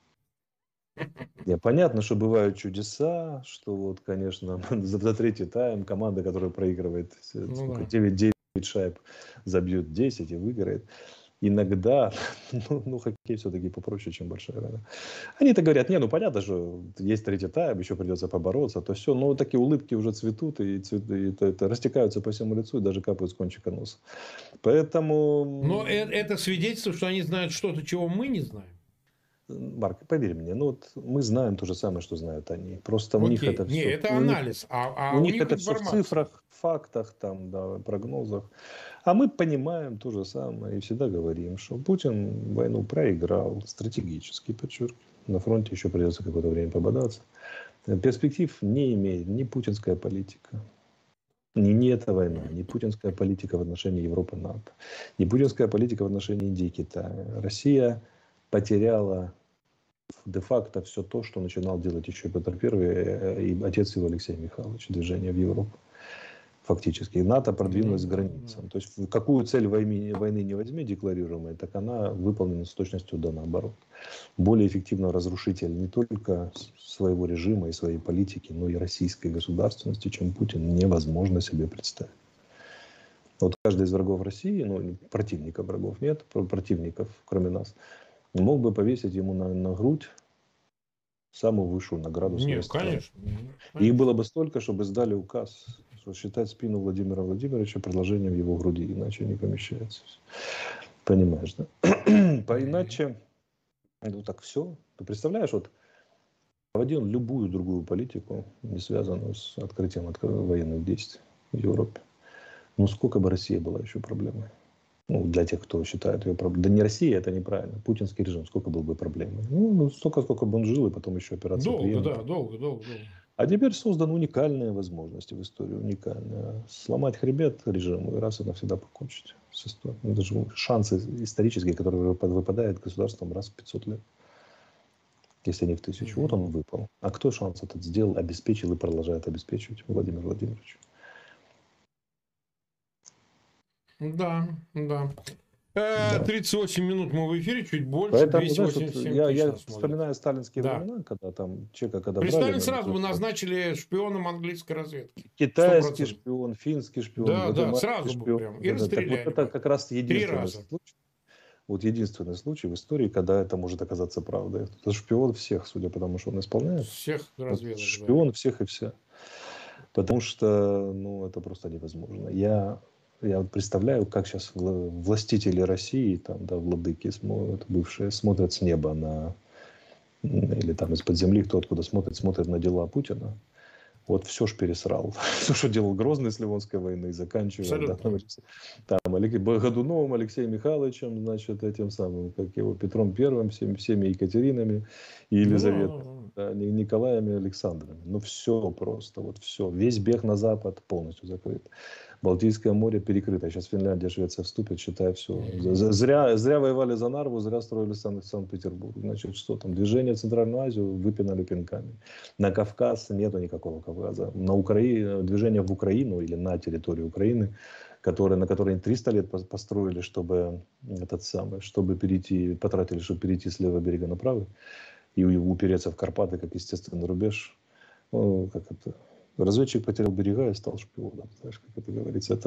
Понятно, что бывают чудеса, что вот, конечно, за третий тайм команда, которая проигрывает 9 шайб, забьет 10 и выиграет. Иногда, хоккей все-таки попроще, чем большая война. Они-то говорят, понятно, что есть третий тайм, еще придется побороться, то все, но такие улыбки уже цветут, и это растекаются по всему лицу, и даже капают с кончика носа. Поэтому... Но это свидетельство, что они знают что-то, чего мы не знаем. Марк, поверь мне, мы знаем то же самое, что знают они. Просто у них это все... это анализ, у них это все в цифрах, фактах, прогнозах. А мы понимаем то же самое и всегда говорим, что Путин войну проиграл, стратегически, подчеркиваю. На фронте еще придется какое-то время пободаться. Перспектив не имеет ни путинская политика, ни эта война, ни путинская политика в отношении Европы, НАТО, ни путинская политика в отношении Индии и Китая. Россия потеряла де-факто все то, что начинал делать еще Петр I и отец его Алексей Михайлович, движение в Европу. Фактически. И НАТО продвинулось к границам. То есть, какую цель войны не возьми, декларируемая, так она выполнена с точностью да наоборот. Более эффективного разрушителя не только своего режима и своей политики, но и российской государственности, чем Путин, невозможно себе представить. Вот каждый из врагов России, противников врагов нет, противников, кроме нас, мог бы повесить ему на грудь самую высшую награду своей страны. Конечно. Их было бы столько, чтобы сдали указ, что считать спину Владимира Владимировича предложением его груди, иначе не помещается. Понимаешь, да? Иначе, так все. Ты представляешь, вот проводил любую другую политику, не связанную с открытием военных действий в Европе, ну сколько бы Россия была еще проблемой? Ну, для тех, кто считает ее проблемой. Да не Россия, это неправильно. Путинский режим, сколько был бы проблемой? Ну, столько, сколько бы он жил, и потом еще операция Долго, «Прием». да, долго. А теперь созданы уникальные возможности в истории, уникальные. Сломать хребет режиму и раз и навсегда покончить с историей. Это же шансы исторические, которые выпадают государствам раз в 500 лет. Если не в 1000. Вот он выпал. А кто шанс этот сделал, обеспечил и продолжает обеспечивать? Владимир Владимирович. Да. 38 минут мы в эфире, чуть больше. Поэтому, 287 я тысяч вспоминаю сталинские Да. времена, когда там человека, когда При брали, Сталине сразу бы назначили шпионом английской разведки. китайский 100%. шпион, финский шпион, Да, гватемальский сразу бы шпион. прям. И Так расстреляли вот это бы. как раз 3 единственный раза. случай. Вот единственный случай в истории, когда это может оказаться правдой. Это шпион всех, судя по тому, что он исполняет. Всех разведок. Шпион всех и вся. Потому что, ну, это просто невозможно. Я представляю, как сейчас властители России, там, да, владыки бывшие, смотрят с неба на, или там из-под земли, кто откуда смотрит на дела Путина. Вот все ж пересрал. Все, что делал Грозный с Ливонской войны, заканчивая там, Годуновым, Алексеем Михайловичем, значит, этим самым, как его, Петром Первым, всеми Екатеринами и Елизаветой, да, Николаями и Александрами. Ну, все просто, вот все. Весь бег на запад полностью закрыт. Балтийское море перекрыто. Сейчас Финляндия, Швеция вступят, считай, все. Зря воевали за Нарву, зря строили Санкт-Петербург. Значит, что там? Движение в Центральную Азию выпинали пинками. На Кавказ нету никакого Кавказа. На Украине, движение в Украину или на территорию Украины, на которой 300 лет построили, чтобы потратили, чтобы перейти с левого берега на правый и упереться в Карпаты, как естественный рубеж. Ну, как это... Разведчик потерял берега и стал шпионом. Знаешь, как это говорится.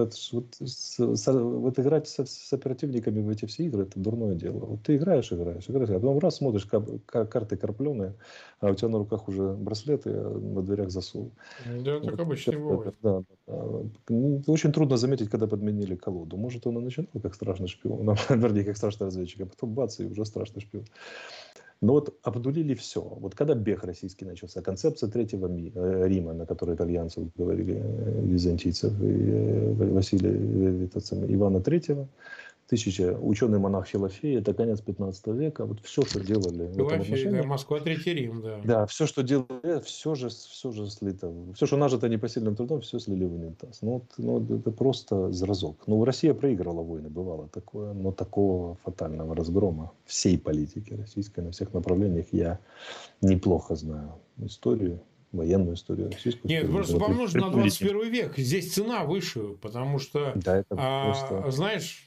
Вот играть с оперативниками в эти все игры, это дурное дело. Вот ты играешь, а потом раз смотришь, карты карпленые, а у тебя на руках уже браслеты, а на дверях засул. Да, так обычно бывает. Да. Ну, очень трудно заметить, когда подменили колоду. Может, он и начинал как страшный шпион, вернее, как страшный разведчик, а потом бац, и уже страшный шпион. Но вот обдулили все. Вот когда бег российский начался, концепция Третьего Рима, на которой итальянцев говорили, византийцев, и Василия Ивана III, ученый-монах Филофей, это конец 15 века. Вот все, что делали в этом отношении. Да, Москва, Третий Рим, да. Да, все, что делали, все же слито. Все, что нажито непосильным трудом, все слили в унитаз. Ну, это просто зразок. Ну, Россия проигрывала войны, бывало такое, но такого фатального разгрома всей политики российской на всех направлениях я неплохо знаю историю. Военную историю, российскую Нет, историю. просто помножить на 21 век. Здесь цена выше, потому что, да, это просто... знаешь,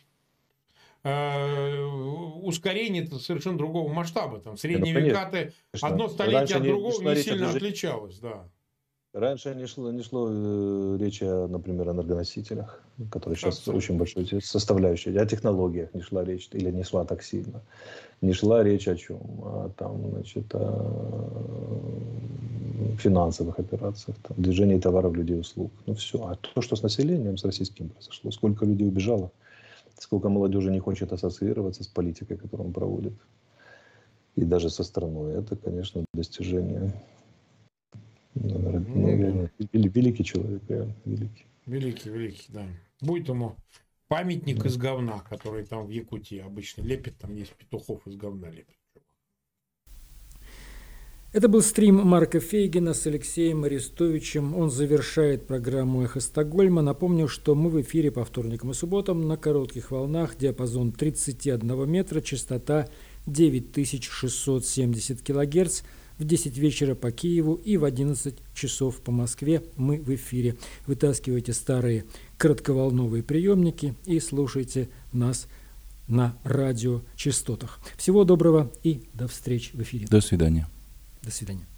ускорение совершенно другого масштаба. Там, в средние века одно столетие от другого не сильно отличалось. Да. Раньше не шло речи, например, о энергоносителях, которые сейчас очень большой составляющей, о технологиях не шла речь, или не шла так сильно. Не шла речь о чем? О финансовых операциях, движении товаров, людей, услуг. Ну все. А то, что с населением, с российским произошло, сколько людей убежало, сколько молодежи не хочет ассоциироваться с политикой, которую он проводит, и даже со страной, это, конечно, достижение. Великий человек, реально, великий. Великий, да. Будет ему памятник из говна, который там в Якутии обычно лепит, там есть петухов из говна лепит. Это был стрим Марка Фейгина с Алексеем Арестовичем. Он завершает программу «Эхо Стокгольма». Напомню, что мы в эфире по вторникам и субботам на коротких волнах, диапазон 31 метра, частота 9670 килогерц. В 10 вечера по Киеву и в 11 часов по Москве мы в эфире. Вытаскивайте старые коротковолновые приемники и слушайте нас на радиочастотах. Всего доброго и до встречи в эфире. До свидания. До свидания.